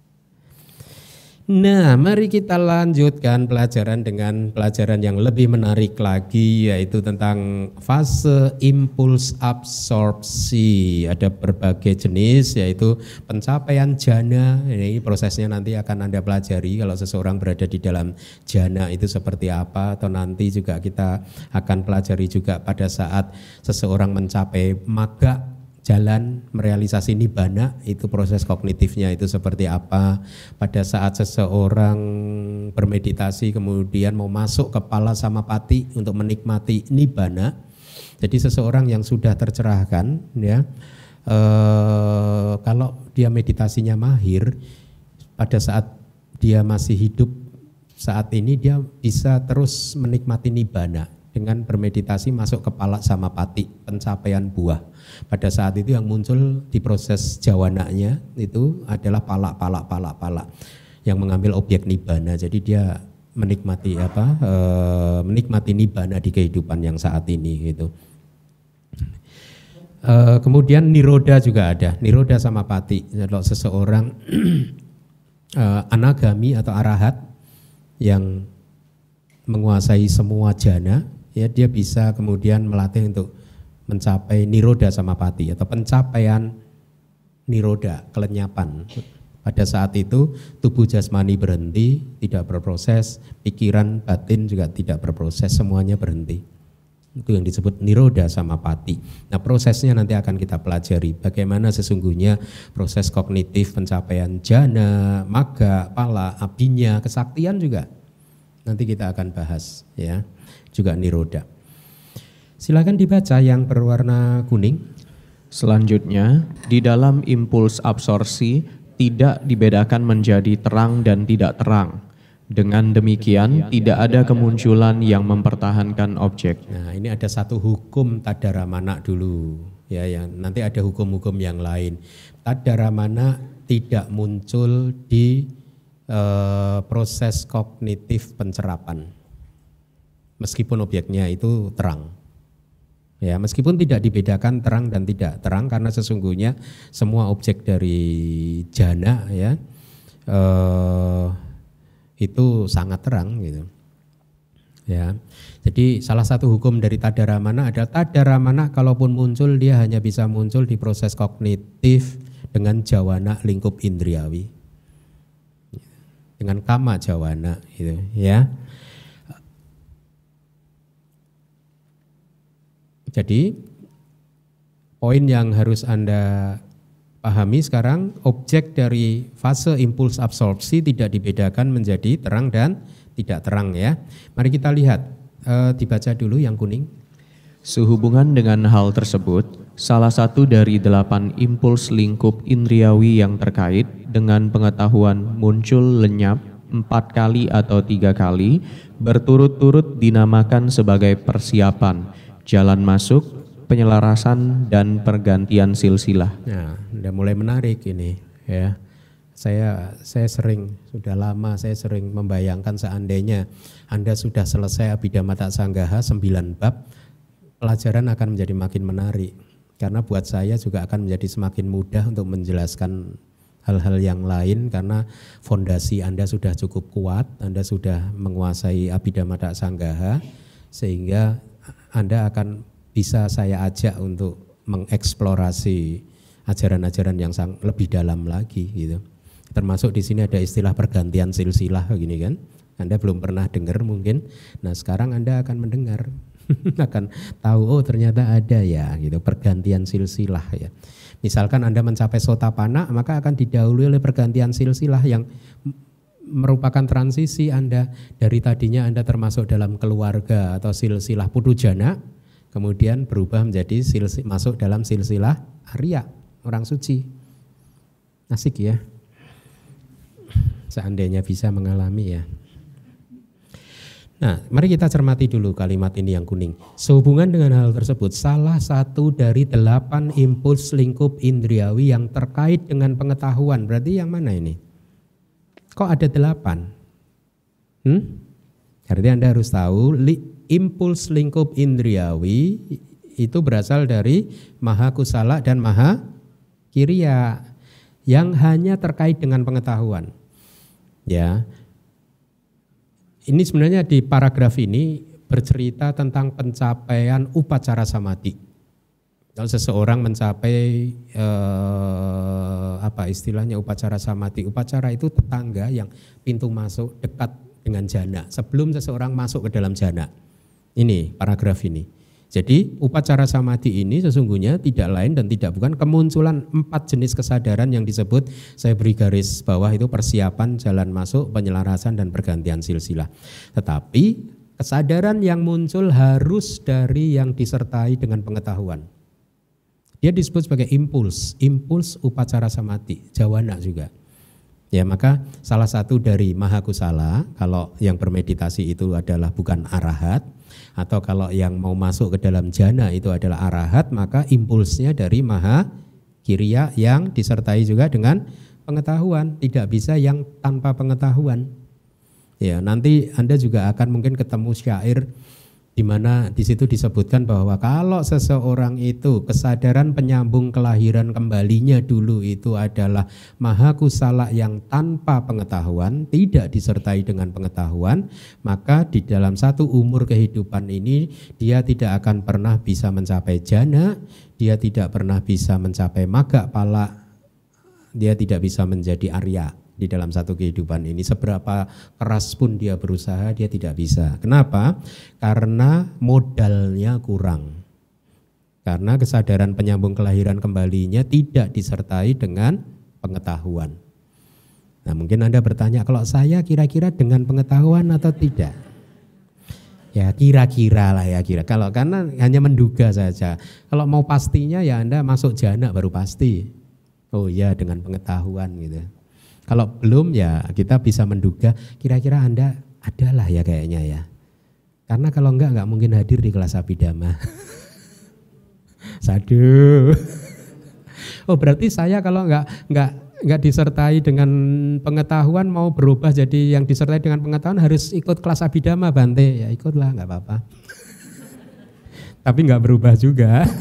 Nah, mari kita lanjutkan pelajaran dengan pelajaran yang lebih menarik lagi, yaitu tentang fase impuls absorpsi. Ada berbagai jenis, yaitu pencapaian jana. Ini prosesnya nanti akan Anda pelajari kalau seseorang berada di dalam jana itu seperti apa, atau nanti juga kita akan pelajari juga pada saat seseorang mencapai magga, jalan merealisasi nibbana, itu proses kognitifnya itu seperti apa. Pada saat seseorang bermeditasi kemudian mau masuk kepala samapati untuk menikmati nibbana, jadi seseorang yang sudah tercerahkan ya, eh, kalau dia meditasinya mahir, pada saat dia masih hidup saat ini dia bisa terus menikmati nibbana dengan bermeditasi masuk kepala samapati, pencapaian buah. Pada saat itu yang muncul di proses jawananya itu adalah pala-pala-pala-pala yang mengambil objek nibbana. Jadi dia menikmati apa? E, menikmati nibbana di kehidupan yang saat ini gitu. E, kemudian niroda juga ada, niroda samapati. Kalau seseorang uh, anagami atau arahat yang menguasai semua jana, ya dia bisa kemudian melatih untuk mencapai niroda samapati atau pencapaian niroda, kelenyapan. Pada saat itu tubuh jasmani berhenti, tidak berproses, pikiran batin juga tidak berproses, semuanya berhenti. Itu yang disebut niroda samapati. Nah, prosesnya nanti akan kita pelajari bagaimana sesungguhnya proses kognitif pencapaian jana, magga, pala, abhinya, kesaktian juga. Nanti kita akan bahas ya, juga niroda. Silakan dibaca yang berwarna kuning. Selanjutnya, di dalam impuls absorpsi tidak dibedakan menjadi terang dan tidak terang. Dengan demikian, tidak ada kemunculan yang mempertahankan objek. Nah, ini ada satu hukum tadaramana dulu, ya, yang nanti ada hukum-hukum yang lain. Tadaramana tidak muncul di eh, proses kognitif pencerapan, meskipun objeknya itu terang. Ya, meskipun tidak dibedakan terang dan tidak terang, karena sesungguhnya semua objek dari jana ya eh, itu sangat terang gitu. Ya. Jadi salah satu hukum dari tadaramana adalah tadaramana kalaupun muncul dia hanya bisa muncul di proses kognitif dengan jawana lingkup indriawi. Dengan kama jawana gitu ya. Jadi poin yang harus Anda pahami sekarang, objek dari fase impuls absorpsi tidak dibedakan menjadi terang dan tidak terang ya. Mari kita lihat, e, dibaca dulu yang kuning. Sehubungan dengan hal tersebut, salah satu dari delapan impuls lingkup indriawi yang terkait dengan pengetahuan muncul lenyap empat kali atau tiga kali, berturut-turut dinamakan sebagai persiapan, jalan masuk, penyelarasan, dan pergantian silsilah. Nah, udah mulai menarik ini ya. Saya saya sering, sudah lama saya sering membayangkan seandainya Anda sudah selesai Abhidhamma Sanggaha sembilan bab, pelajaran akan menjadi makin menarik. Karena buat saya juga akan menjadi semakin mudah untuk menjelaskan hal-hal yang lain, karena fondasi Anda sudah cukup kuat, Anda sudah menguasai Abhidhamma Sanggaha, sehingga Anda akan bisa saya ajak untuk mengeksplorasi ajaran-ajaran yang sang, lebih dalam lagi gitu. Termasuk di sini ada istilah pergantian silsilah gini kan. Anda belum pernah dengar mungkin. Nah, sekarang Anda akan mendengar. Akan tahu oh ternyata ada ya gitu, pergantian silsilah ya. Misalkan Anda mencapai sotapanna, maka akan didahului oleh pergantian silsilah yang merupakan transisi Anda dari tadinya Anda termasuk dalam keluarga atau silsilah putujana, kemudian berubah menjadi silsi, masuk dalam silsilah Arya, orang suci. Asik ya, seandainya bisa mengalami ya. Nah, mari kita cermati dulu kalimat ini yang kuning. Sehubungan dengan hal tersebut, salah satu dari delapan impuls lingkup indriawi yang terkait dengan pengetahuan, berarti yang mana ini? Kok ada delapan? Hmm? Berarti Anda harus tahu li, impuls lingkup indriawi itu berasal dari maha kusala dan maha kiriya yang hanya terkait dengan pengetahuan. Ya, ini sebenarnya di paragraf ini bercerita tentang pencapaian upacara samadhi. Kalau seseorang mencapai eh, apa istilahnya upacara samadhi, upacara itu tetangga yang pintu masuk dekat dengan jana sebelum seseorang masuk ke dalam jana. Ini paragraf ini. Jadi upacara samadhi ini sesungguhnya tidak lain dan tidak bukan kemunculan empat jenis kesadaran yang disebut, saya beri garis bawah itu persiapan, jalan masuk, penyelarasan, dan pergantian silsilah. Tetapi kesadaran yang muncul harus dari yang disertai dengan pengetahuan. Dia disebut sebagai impuls, impuls upacara samadhi, jawana juga. Ya, maka salah satu dari maha kusala, kalau yang bermeditasi itu adalah bukan arahat, atau kalau yang mau masuk ke dalam jana itu adalah arahat, maka impulsnya dari maha kiriya yang disertai juga dengan pengetahuan, tidak bisa yang tanpa pengetahuan. Ya, nanti Anda juga akan mungkin ketemu syair, di mana di situ disebutkan bahwa kalau seseorang itu kesadaran penyambung kelahiran kembalinya dulu itu adalah maha kusala yang tanpa pengetahuan, tidak disertai dengan pengetahuan, maka di dalam satu umur kehidupan ini dia tidak akan pernah bisa mencapai jana, dia tidak pernah bisa mencapai magga pala, dia tidak bisa menjadi Arya di dalam satu kehidupan ini. Seberapa keras pun dia berusaha, dia tidak bisa. Kenapa? Karena modalnya kurang. Karena kesadaran penyambung kelahiran kembalinya tidak disertai dengan pengetahuan. Nah, mungkin Anda bertanya, kalau saya kira-kira dengan pengetahuan atau tidak? Ya kira-kira lah ya kira. Kalau karena hanya menduga saja. Kalau mau pastinya ya Anda masuk jana baru pasti. Oh iya, dengan pengetahuan gitu. Kalau belum ya kita bisa menduga kira-kira Anda adalah ya kayaknya ya. Karena kalau enggak enggak mungkin hadir di kelas Abhidhamma. Sadu. Oh berarti saya kalau enggak enggak enggak disertai dengan pengetahuan mau berubah jadi yang disertai dengan pengetahuan harus ikut kelas Abhidhamma Bante. Ya ikutlah enggak apa-apa. Tapi enggak berubah juga.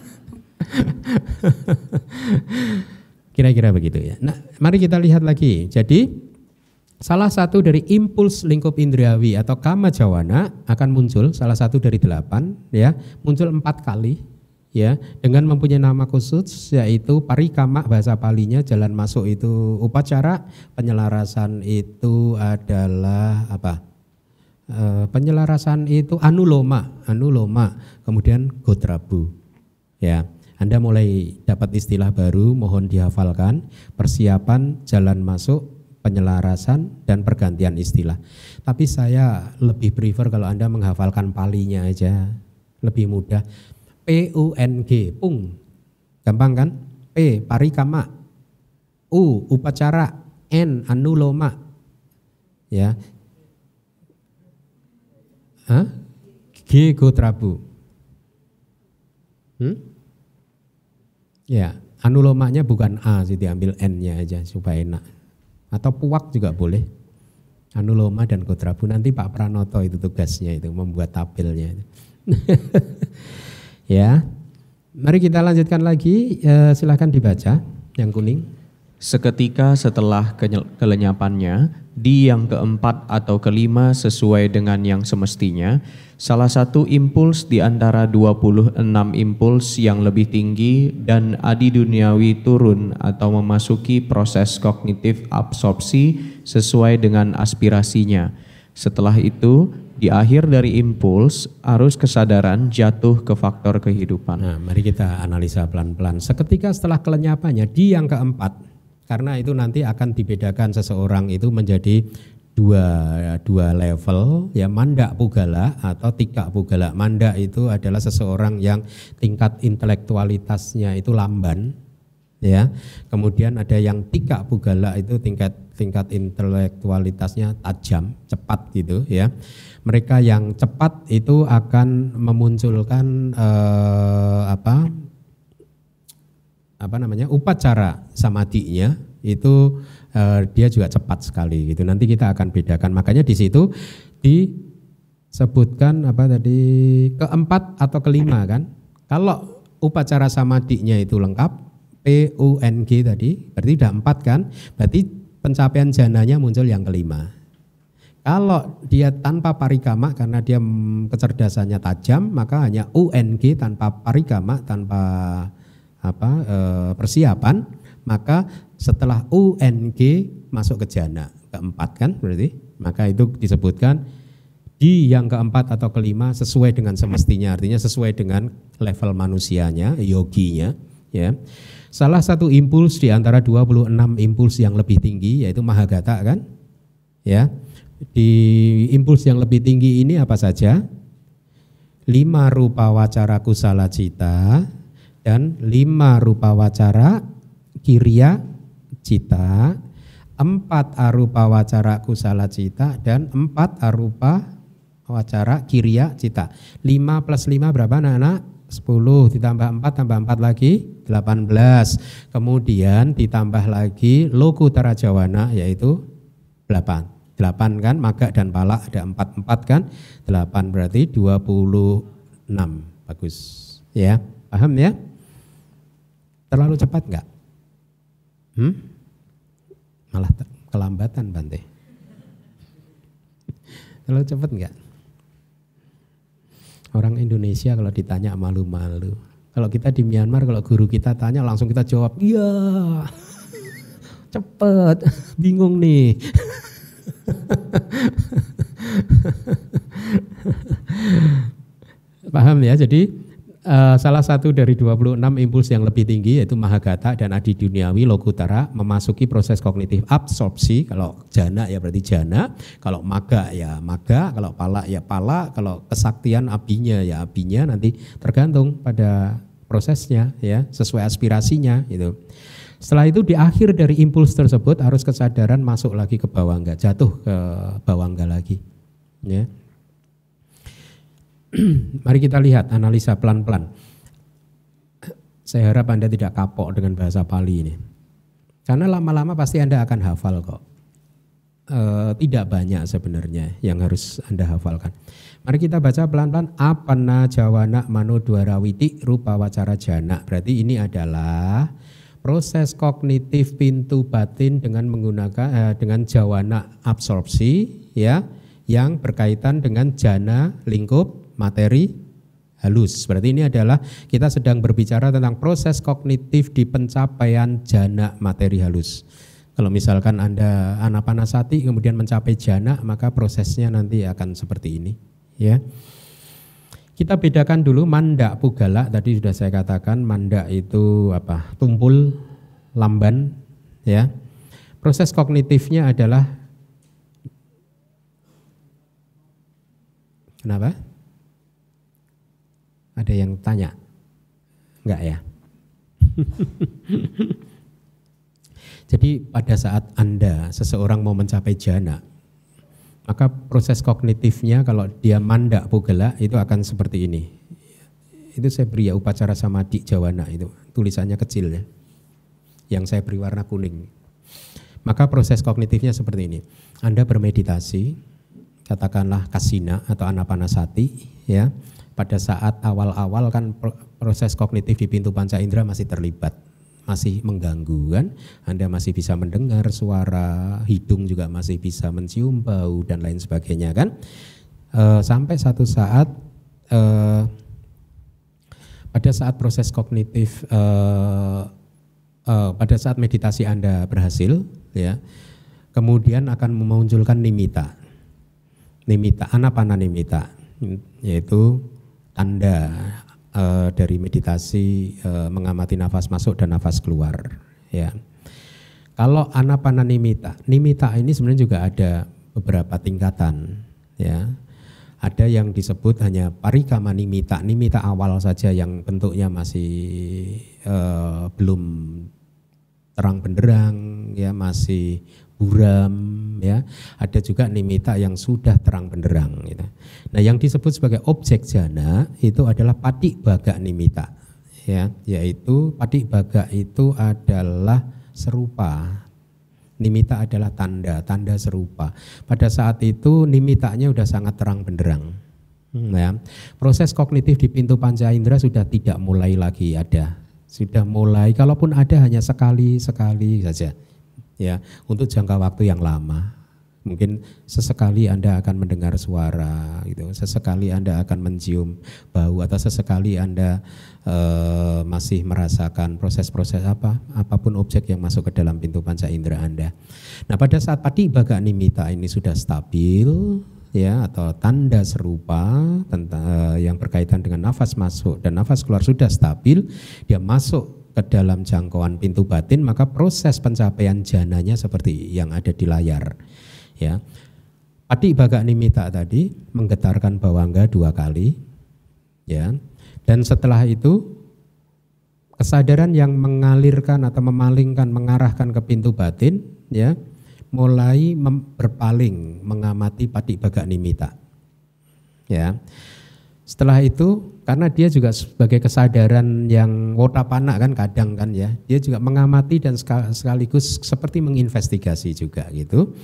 Kira-kira begitu ya. Nah, mari kita lihat lagi. Jadi salah satu dari impuls lingkup indriawi atau kama jawana akan muncul, salah satu dari delapan ya, muncul empat kali ya, dengan mempunyai nama khusus yaitu parikama bahasa Palinya, jalan masuk itu upacara, penyelarasan itu adalah apa? E, penyelarasan itu anuloma, anuloma, kemudian gotrabu ya. Anda mulai dapat istilah baru, mohon dihafalkan, persiapan, jalan masuk, penyelarasan, dan pergantian istilah. Tapi saya lebih prefer kalau Anda menghafalkan Palinya aja, lebih mudah. P U N G, pung, gampang kan? P, parikama, U, upacara, N, anuloma, ya, Hah? G, gotrabu. Hmm? Ya, anulomanya bukan A sih, diambil N-nya aja supaya enak. Atau puak juga boleh. Anuloma dan gotrabu, nanti Pak Pranoto itu tugasnya itu membuat tabelnya. Ya, mari kita lanjutkan lagi. E, silahkan dibaca yang kuning. Seketika setelah kelenyapannya, di yang keempat atau kelima sesuai dengan yang semestinya, salah satu impuls di antara dua puluh enam impuls yang lebih tinggi dan adi duniawi turun atau memasuki proses kognitif absorpsi sesuai dengan aspirasinya. Setelah itu, di akhir dari impuls, arus kesadaran jatuh ke faktor kehidupan. Nah, mari kita analisa pelan-pelan. Seketika setelah kelenyapannya, di yang keempat, karena itu nanti akan dibedakan seseorang itu menjadi dua dua level ya, manda pugala atau tika pugala. Manda itu adalah seseorang yang tingkat intelektualitasnya itu lamban ya. Kemudian ada yang tika pugala itu tingkat tingkat intelektualitasnya tajam, cepat gitu ya. Mereka yang cepat itu akan memunculkan eh, apa apa namanya upacara samadhinya itu uh, dia juga cepat sekali gitu. Nanti kita akan bedakan. Makanya di situ disebutkan apa tadi keempat atau kelima kan. Kalau upacara samadhinya itu lengkap P U N G tadi berarti udah empat kan. Berarti pencapaian jananya muncul yang kelima. Kalau dia tanpa parikama karena dia kecerdasannya tajam, maka hanya U N G tanpa parikama, tanpa apa e, persiapan, maka setelah U N G masuk ke jana keempat kan berarti, maka itu disebutkan di yang keempat atau kelima sesuai dengan semestinya, artinya sesuai dengan level manusianya, yoginya ya. Salah satu impuls di antara dua puluh enam impuls yang lebih tinggi yaitu mahagata kan ya. Di impuls yang lebih tinggi ini apa saja? Lima rupa wacara kusala cita dan lima rupa wacara kiriya cita, empat arupa wacara kusala cita dan empat arupa wacara kiriya cita. Lima plus lima berapa anak-anak? sepuluh, ditambah empat tambah empat lagi delapan belas. Kemudian ditambah lagi lokutara jawana yaitu delapan. delapan kan, maga dan pala ada empat empat kan, delapan berarti dua puluh enam. Bagus ya, paham ya? Terlalu cepat enggak? Hmm? Malah kelambatan Bante. Terlalu cepat enggak? Orang Indonesia kalau ditanya malu-malu. Kalau kita di Myanmar, kalau guru kita tanya langsung kita jawab, iya. Cepet, bingung nih. Paham ya? Jadi uh, salah satu dari dua puluh enam impuls yang lebih tinggi yaitu Mahagata dan Adi Duniawi Lokutara memasuki proses kognitif absorpsi. Kalau jana ya berarti jana, kalau maga ya maga, kalau pala ya pala, kalau kesaktian abinya ya abinya, nanti tergantung pada prosesnya ya, sesuai aspirasinya gitu. Setelah itu di akhir dari impuls tersebut harus kesadaran masuk lagi ke bawangga, jatuh ke bawangga lagi. Ya. Mari kita lihat analisa pelan-pelan. Saya harap Anda tidak kapok dengan bahasa Pali ini. Karena lama-lama pasti Anda akan hafal kok. E, tidak banyak sebenarnya yang harus Anda hafalkan. Mari kita baca pelan-pelan. Apana jawana mano dwarawiti rupa wacara jana. Berarti ini adalah proses kognitif pintu batin dengan menggunakan eh, dengan jawana absorpsi ya, yang berkaitan dengan jana lingkup materi halus. Berarti ini adalah kita sedang berbicara tentang proses kognitif di pencapaian jana materi halus. Kalau misalkan Anda anapanasati kemudian mencapai jana, maka prosesnya nanti akan seperti ini ya. Kita bedakan dulu manda pugala, tadi sudah saya katakan manda itu apa? Tumpul, lamban ya. Proses kognitifnya adalah kenapa? Ada yang tanya? Enggak ya? Jadi pada saat Anda, seseorang mau mencapai jana, maka proses kognitifnya kalau dia manda pugala itu akan seperti ini. Itu saya beri ya upacara samadhi jawana itu, tulisannya kecil ya. Yang saya beri warna kuning. Maka proses kognitifnya seperti ini. Anda bermeditasi, katakanlah kasina atau anapanasati ya. Pada saat awal-awal kan proses kognitif di pintu panca indera masih terlibat, masih mengganggu kan. Anda masih bisa mendengar suara, hidung juga masih bisa mencium bau dan lain sebagainya kan. E, sampai satu saat e, pada saat proses kognitif e, e, pada saat meditasi Anda berhasil ya, kemudian akan memunculkan nimita. Nimita, anapana nimita, yaitu tanda uh, dari meditasi uh, mengamati nafas masuk dan nafas keluar ya. Kalau anapana nimita, nimita ini sebenarnya juga ada beberapa tingkatan ya. Ada yang disebut hanya parikama nimita, nimita awal saja yang bentuknya masih uh, belum terang benderang ya, masih buram ya. Ada juga nimita yang sudah terang benderang gitu. Nah, yang disebut sebagai objek jana itu adalah patik baga nimita ya, yaitu patik baga itu adalah serupa. Nimita adalah tanda, tanda serupa. Pada saat itu nimitanya sudah sangat terang benderang. Hmm, ya. Proses kognitif di pintu panca indera sudah tidak mulai lagi ada. Sudah mulai, kalaupun ada hanya sekali-sekali saja. Ya, untuk jangka waktu yang lama. Mungkin sesekali Anda akan mendengar suara gitu, sesekali Anda akan mencium bau, atau sesekali Anda uh, masih merasakan proses-proses apa apapun objek yang masuk ke dalam pintu panca indera Anda. Nah, pada saat pati baga nimita ini sudah stabil ya, atau tanda serupa tentang uh, yang berkaitan dengan nafas masuk dan nafas keluar sudah stabil, dia masuk ke dalam jangkauan pintu batin, maka proses pencapaian jananya seperti yang ada di layar. Ya, pati baga nimita tadi menggetarkan bawangga dua kali, ya, dan setelah itu kesadaran yang mengalirkan atau memalingkan, mengarahkan ke pintu batin, ya, mulai berpaling mengamati pati baga nimita, ya. Setelah itu, karena dia juga sebagai kesadaran yang wotapana kan kadang kan ya, dia juga mengamati dan sekaligus seperti menginvestigasi juga gitu.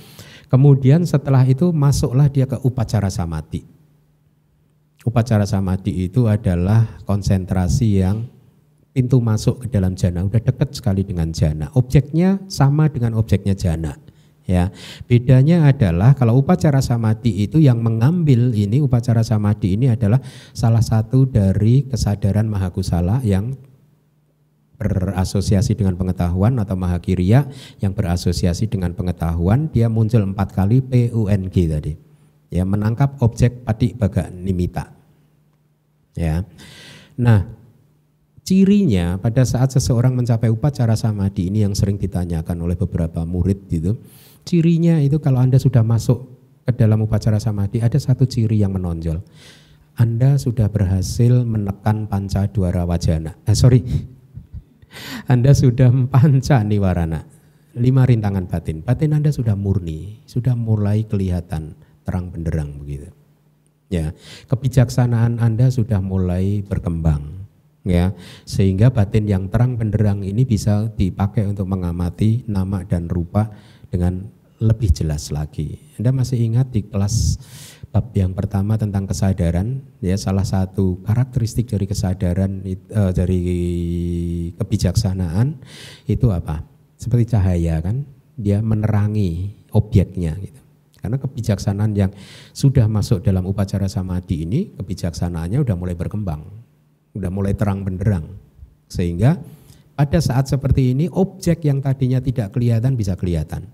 Kemudian setelah itu masuklah dia ke upacara samadhi. Upacara samadhi itu adalah konsentrasi yang pintu masuk ke dalam jana, udah dekat sekali dengan jana. Objeknya sama dengan objeknya jana. Ya, bedanya adalah kalau upacara samadhi itu yang mengambil ini, upacara samadhi ini adalah salah satu dari kesadaran mahakusala yang berasosiasi dengan pengetahuan atau mahakiriya yang berasosiasi dengan pengetahuan. Dia muncul empat kali P U N G tadi. Ya, menangkap objek paticca nimitta. Ya. Nah, cirinya pada saat seseorang mencapai upacara samadhi ini yang sering ditanyakan oleh beberapa murid gitu. Cirinya itu kalau Anda sudah masuk ke dalam upacara samadhi ada satu ciri yang menonjol. Anda sudah berhasil menekan panca dwara wajana. Eh, sorry. Anda sudah panca niwarana. Lima rintangan batin. Batin Anda sudah murni, sudah mulai kelihatan terang benderang begitu. Ya, kebijaksanaan Anda sudah mulai berkembang. Ya, sehingga batin yang terang benderang ini bisa dipakai untuk mengamati nama dan rupa dengan lebih jelas lagi. Anda masih ingat di kelas bab yang pertama tentang kesadaran, ya, salah satu karakteristik dari kesadaran uh, dari kebijaksanaan itu apa? Seperti cahaya kan, dia menerangi objeknya gitu. Karena kebijaksanaan yang sudah masuk dalam upacara samadhi ini, kebijaksanaannya udah mulai berkembang, udah mulai terang benderang, sehingga pada saat seperti ini objek yang tadinya tidak kelihatan bisa kelihatan.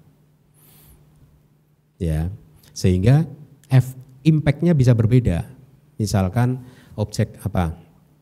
Ya, sehingga F, impact-nya bisa berbeda. Misalkan objek apa?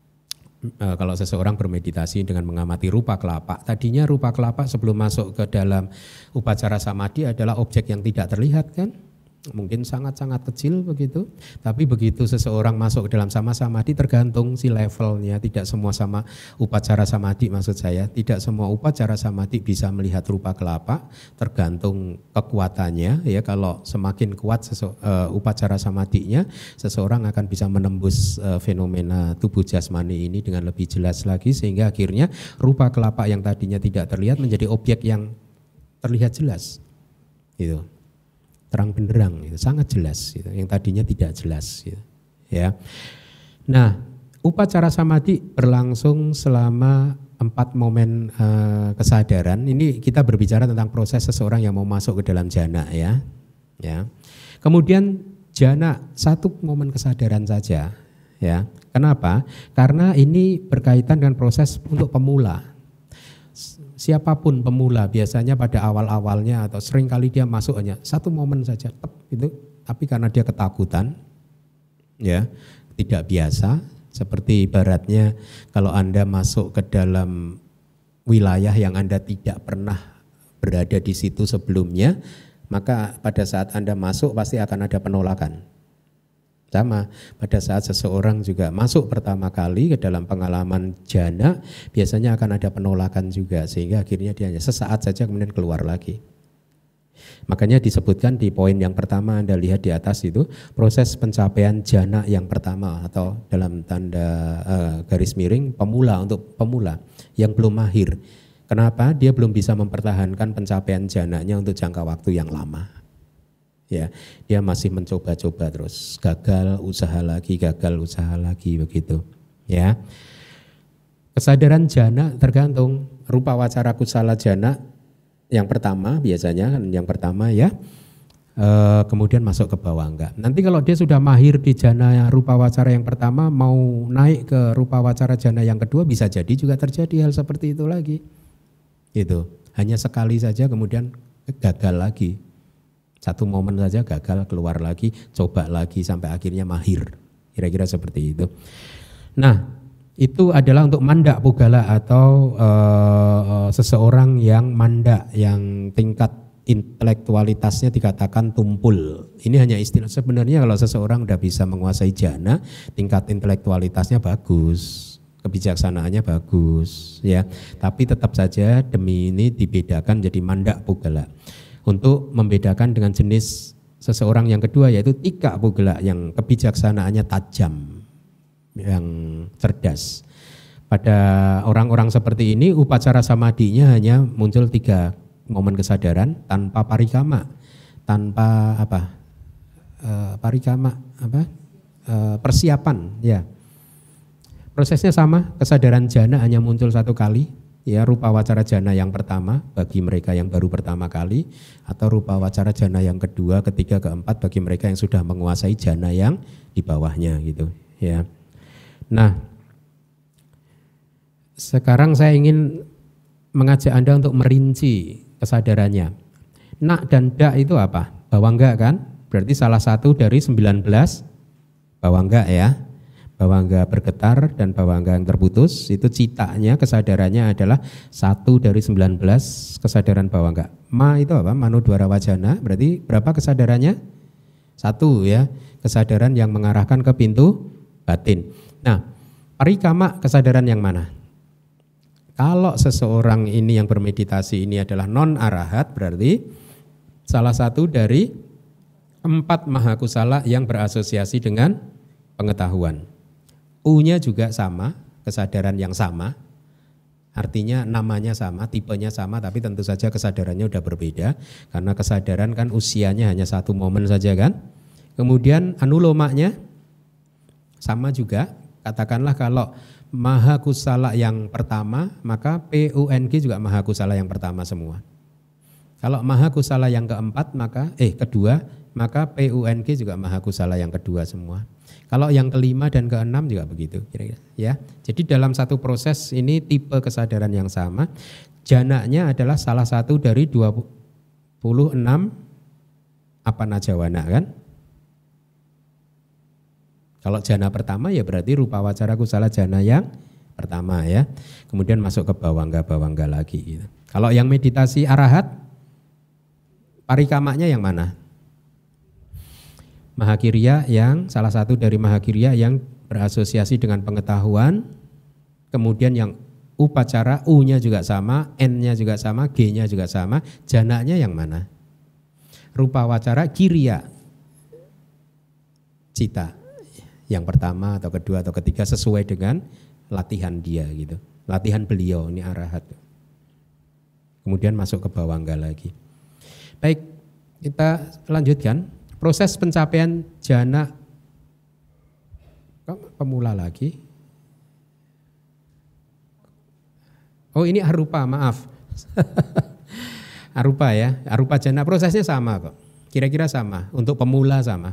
E, kalau seseorang bermeditasi dengan mengamati rupa kelapa, tadinya rupa kelapa sebelum masuk ke dalam upacara samadhi adalah objek yang tidak terlihat kan? Mungkin sangat-sangat kecil begitu, tapi begitu seseorang masuk ke dalam sama samadhi tergantung si levelnya. Tidak semua sama upacara samadhi, maksud saya tidak semua upacara samadhi bisa melihat rupa kelapa, tergantung kekuatannya ya. Kalau semakin kuat sese, uh, upacara samadhinya, seseorang akan bisa menembus uh, fenomena tubuh jasmani ini dengan lebih jelas lagi, sehingga akhirnya rupa kelapa yang tadinya tidak terlihat menjadi objek yang terlihat jelas gitu. Terang benderang, itu sangat jelas, gitu. Yang tadinya tidak jelas, gitu. Ya. Nah, upacara samadhi berlangsung selama empat momen uh, kesadaran. Ini kita berbicara tentang proses seseorang yang mau masuk ke dalam jana, ya. Ya. Kemudian jana satu momen kesadaran saja, ya. Kenapa? Karena ini berkaitan dengan proses untuk pemula. Siapapun pemula biasanya pada awal-awalnya atau seringkali dia masuk hanya satu momen saja, tep, gitu. Tapi karena dia ketakutan, ya, tidak biasa. Seperti ibaratnya kalau Anda masuk ke dalam wilayah yang Anda tidak pernah berada di situ sebelumnya, maka pada saat Anda masuk pasti akan ada penolakan. Sama, pada saat seseorang juga masuk pertama kali ke dalam pengalaman jana, biasanya akan ada penolakan juga, sehingga akhirnya dia hanya sesaat saja kemudian keluar lagi. Makanya disebutkan di poin yang pertama Anda lihat di atas itu, proses pencapaian jana yang pertama atau dalam tanda uh, garis miring pemula, untuk pemula yang belum mahir. Kenapa? Dia belum bisa mempertahankan pencapaian jananya untuk jangka waktu yang lama. Ya, dia masih mencoba-coba terus, gagal, usaha lagi, gagal, usaha lagi begitu. Ya, kesadaran jana tergantung rupa wacara kusala jana yang pertama biasanya, yang pertama ya, e, kemudian masuk ke bawah enggak. Nanti kalau dia sudah mahir di jana rupa wacara yang pertama, mau naik ke rupa wacara jana yang kedua, bisa jadi juga terjadi hal seperti itu lagi. Itu hanya sekali saja kemudian gagal lagi. Satu momen saja gagal, keluar lagi, coba lagi sampai akhirnya mahir. Kira-kira seperti itu. Nah, itu adalah untuk manda pugala atau uh, seseorang yang manda, yang tingkat intelektualitasnya dikatakan tumpul. Ini hanya istilah, sebenarnya kalau seseorang sudah bisa menguasai jana, tingkat intelektualitasnya bagus, kebijaksanaannya bagus, ya. Tapi tetap saja demi ini dibedakan jadi manda pugala. Untuk membedakan dengan jenis seseorang yang kedua, yaitu tika pugala yang kebijaksanaannya tajam, yang cerdas. Pada orang-orang seperti ini upacara samadhinya hanya muncul tiga momen kesadaran tanpa parikama, tanpa apa uh, parikama apa uh, persiapan ya. Prosesnya sama, kesadaran jana hanya muncul satu kali, ya rupa wacara jana yang pertama bagi mereka yang baru pertama kali, atau rupa wacara jana yang kedua, ketiga, keempat bagi mereka yang sudah menguasai jana yang di bawahnya gitu ya. Nah, sekarang saya ingin mengajak Anda untuk merinci kesadarannya. Nak dan dak itu apa? Bawangga kan? Berarti salah satu dari sembilan belas bawangga ya. Bawangga bergetar dan bawangga yang terputus, itu citanya, kesadarannya adalah satu dari sembilan belas kesadaran bawangga. Ma itu apa? Manodwara wajana, berarti berapa kesadarannya? Satu ya, kesadaran yang mengarahkan ke pintu batin. Nah, parikama kesadaran yang mana? Kalau seseorang ini yang bermeditasi ini adalah non arahat, berarti salah satu dari empat mahakusala yang berasosiasi dengan pengetahuan. U-nya juga sama, kesadaran yang sama, artinya namanya sama, tipenya sama, tapi tentu saja kesadarannya udah berbeda, karena kesadaran kan usianya hanya satu momen saja kan. Kemudian anulomanya sama juga, katakanlah kalau mahakusala yang pertama, maka P U N G juga mahakusala yang pertama semua. Kalau mahakusala yang keempat, maka eh kedua, maka P U N G juga mahakusala yang kedua semua. Kalau yang kelima dan keenam juga begitu kira-kira ya. Jadi dalam satu proses ini tipe kesadaran yang sama. Jananya adalah salah satu dari dua puluh enam apana jawana kan. Kalau jana pertama ya berarti rupa wacara kusala jana yang pertama ya. Kemudian masuk ke bawangga-bawangga lagi gitu. Kalau yang meditasi arahat, parikamanya yang mana? Mahakirya yang salah satu dari mahakirya yang berasosiasi dengan pengetahuan, kemudian yang upacara, U-nya juga sama, N-nya juga sama, G-nya juga sama, jananya yang mana? Rupa wacara kirya, cita, yang pertama atau kedua atau ketiga sesuai dengan latihan dia gitu, latihan beliau ini arahat. Kemudian masuk ke bawangga lagi. Baik, kita lanjutkan. Proses pencapaian jana pemula lagi. Oh ini arupa, maaf. Arupa ya, arupa jana prosesnya sama kok. Kira-kira sama, untuk pemula sama.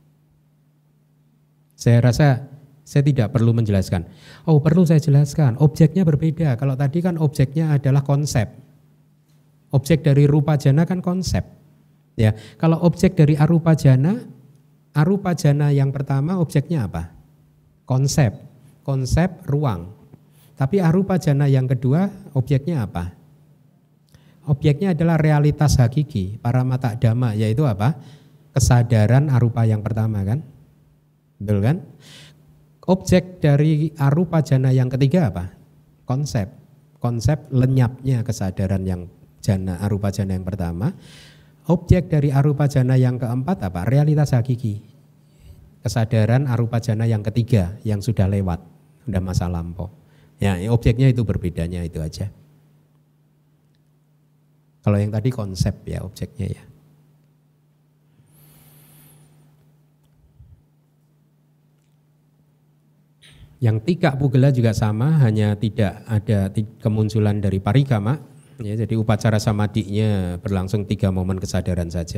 Saya rasa saya tidak perlu menjelaskan. Oh perlu saya jelaskan, objeknya berbeda. Kalau tadi kan objeknya adalah konsep. Objek dari rupa jana kan konsep. Ya, kalau objek dari arupa jana, arupa jana yang pertama objeknya apa? Konsep, konsep ruang. Tapi arupa jana yang kedua objeknya apa? Objeknya adalah realitas hakiki, paramata dhamma, yaitu apa? Kesadaran arupa yang pertama kan? Betul kan? Objek dari arupa jana yang ketiga apa? Konsep, konsep lenyapnya kesadaran yang jana arupa jana yang pertama. Objek dari arupa jana yang keempat apa? Realitas hakiki. Kesadaran arupa jana yang ketiga yang sudah lewat, sudah masa lampau. Ya, objeknya itu berbedanya itu aja. Kalau yang tadi konsep ya objeknya ya. Yang tika pugela juga sama, hanya tidak ada kemunculan dari parikama. Ya, jadi upacara samadhinya berlangsung tiga momen kesadaran saja.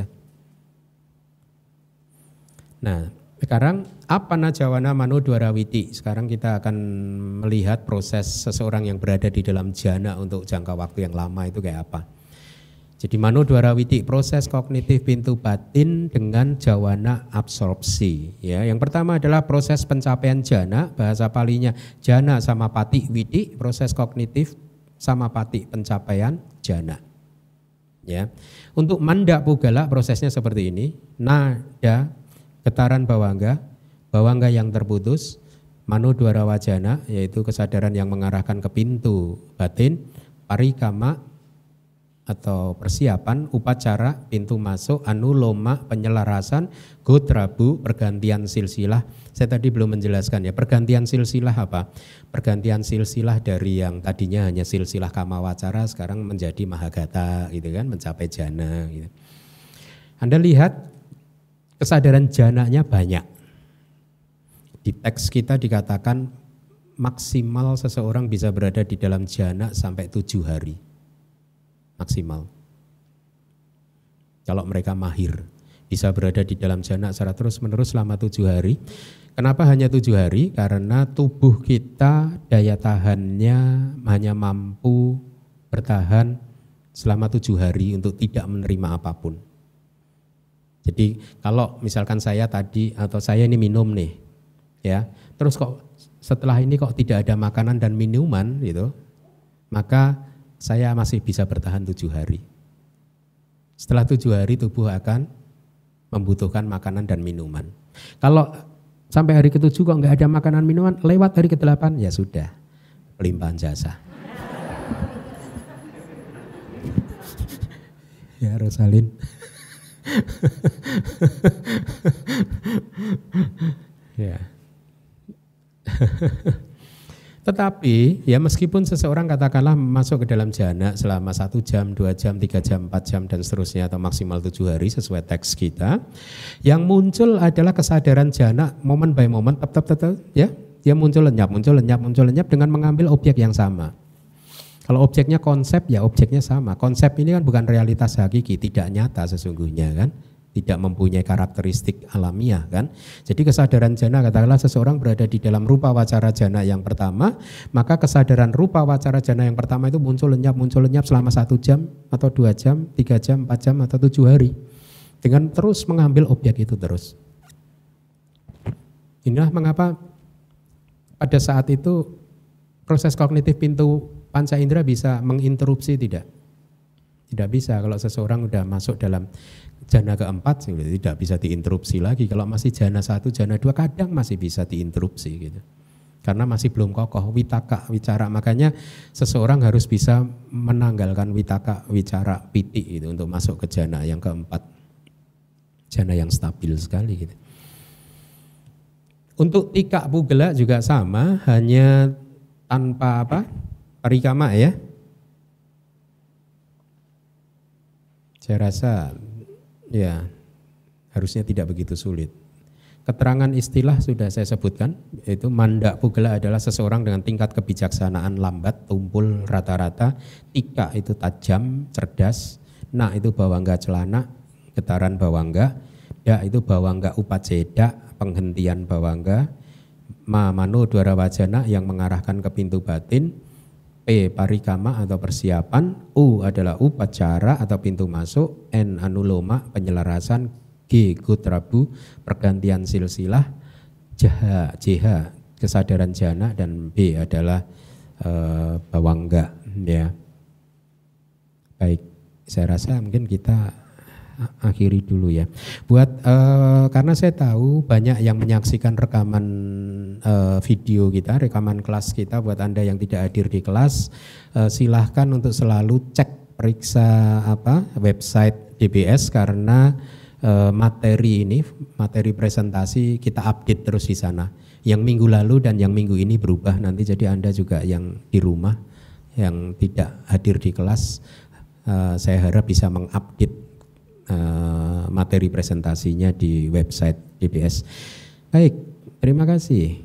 Nah, sekarang apana jawana manodwarawiti. Sekarang kita akan melihat proses seseorang yang berada di dalam jana untuk jangka waktu yang lama itu kayak apa. Jadi manodwarawiti, proses kognitif pintu batin dengan jawana absorpsi. Ya, yang pertama adalah proses pencapaian jana, bahasa palinya jana sama pati widi, proses kognitif sama pati pencapaian jana. Ya. Untuk manda pugala prosesnya seperti ini. Nada getaran bawangga, bawangga yang terputus, manodwara wajana yaitu kesadaran yang mengarahkan ke pintu batin, parikama atau persiapan, upacara, pintu masuk, anuloma, penyelarasan, gotrabu, pergantian silsilah. Saya tadi belum menjelaskan ya, pergantian silsilah apa? Pergantian silsilah dari yang tadinya hanya silsilah kamawacara sekarang menjadi mahagata gitu kan, mencapai jana gitu. Anda lihat kesadaran jananya banyak. Di teks kita dikatakan maksimal seseorang bisa berada di dalam jana sampai tujuh hari. Maksimal. Kalau mereka mahir, bisa berada di dalam jana secara terus menerus selama tujuh hari. Kenapa hanya tujuh hari? Karena tubuh kita daya tahannya hanya mampu bertahan selama tujuh hari untuk tidak menerima apapun. Jadi kalau misalkan saya tadi atau saya ini minum nih, ya, terus kok setelah ini kok tidak ada makanan dan minuman gitu, maka saya masih bisa bertahan tujuh hari. Setelah tujuh hari tubuh akan membutuhkan makanan dan minuman. Kalau sampai hari ketujuh kok nggak ada makanan minuman, lewat hari kedelapan ya sudah, pelimpahan jasa. Ya Rosalin. Ya. Tetapi ya meskipun seseorang katakanlah masuk ke dalam jana selama satu jam, dua jam, tiga jam, empat jam dan seterusnya atau maksimal tujuh hari sesuai teks kita, yang muncul adalah kesadaran jana momen by momen, tep tep tep ya, dia muncul lenyap, muncul lenyap, muncul lenyap dengan mengambil objek yang sama. Kalau objeknya konsep ya objeknya sama. Konsep ini kan bukan realitas hakiki, tidak nyata sesungguhnya kan. Tidak mempunyai karakteristik alamiah kan. Jadi kesadaran jana katakanlah seseorang berada di dalam rupa wacara jana yang pertama, maka kesadaran rupa wacara jana yang pertama itu muncul lenyap, muncul lenyap selama satu jam atau dua jam, tiga jam, empat jam atau tujuh hari. Dengan terus mengambil objek itu terus. Inilah mengapa pada saat itu proses kognitif pintu panca indera bisa menginterupsi tidak? Tidak bisa kalau seseorang sudah masuk dalam jana keempat tidak bisa diinterupsi lagi. Kalau masih jana satu, jana dua kadang masih bisa diinterupsi gitu. Karena masih belum kokoh witaka wicara. Makanya seseorang harus bisa menanggalkan witaka wicara piti itu untuk masuk ke jana yang keempat. Jana yang stabil sekali gitu. Untuk tika pugela juga sama, hanya tanpa apa? Parikama ya. Saya rasa ya harusnya tidak begitu sulit. Keterangan istilah sudah saya sebutkan, yaitu manda pugela adalah seseorang dengan tingkat kebijaksanaan lambat, tumpul, rata-rata. Tika itu tajam, cerdas. Na itu bawangga celana, getaran bawangga. Da itu bawangga upaceda, penghentian bawangga. Ma mano dwara wajana yang mengarahkan ke pintu batin. P parikama atau persiapan, U adalah upacara atau pintu masuk, N anuloma penyelarasan, G gutrabu pergantian silsilah, J H kesadaran jana dan B adalah e, bawangga ya. Baik, saya rasa mungkin kita akhiri dulu ya. Buat uh, karena saya tahu banyak yang menyaksikan rekaman uh, video kita, rekaman kelas kita. Buat Anda yang tidak hadir di kelas, uh, silahkan untuk selalu cek periksa apa website D B S karena uh, materi ini, materi presentasi kita update terus di sana. Yang minggu lalu dan yang minggu ini berubah nanti. Jadi Anda juga yang di rumah yang tidak hadir di kelas, uh, saya harap bisa mengupdate Uh, materi presentasinya di website D B S. Baik, terima kasih.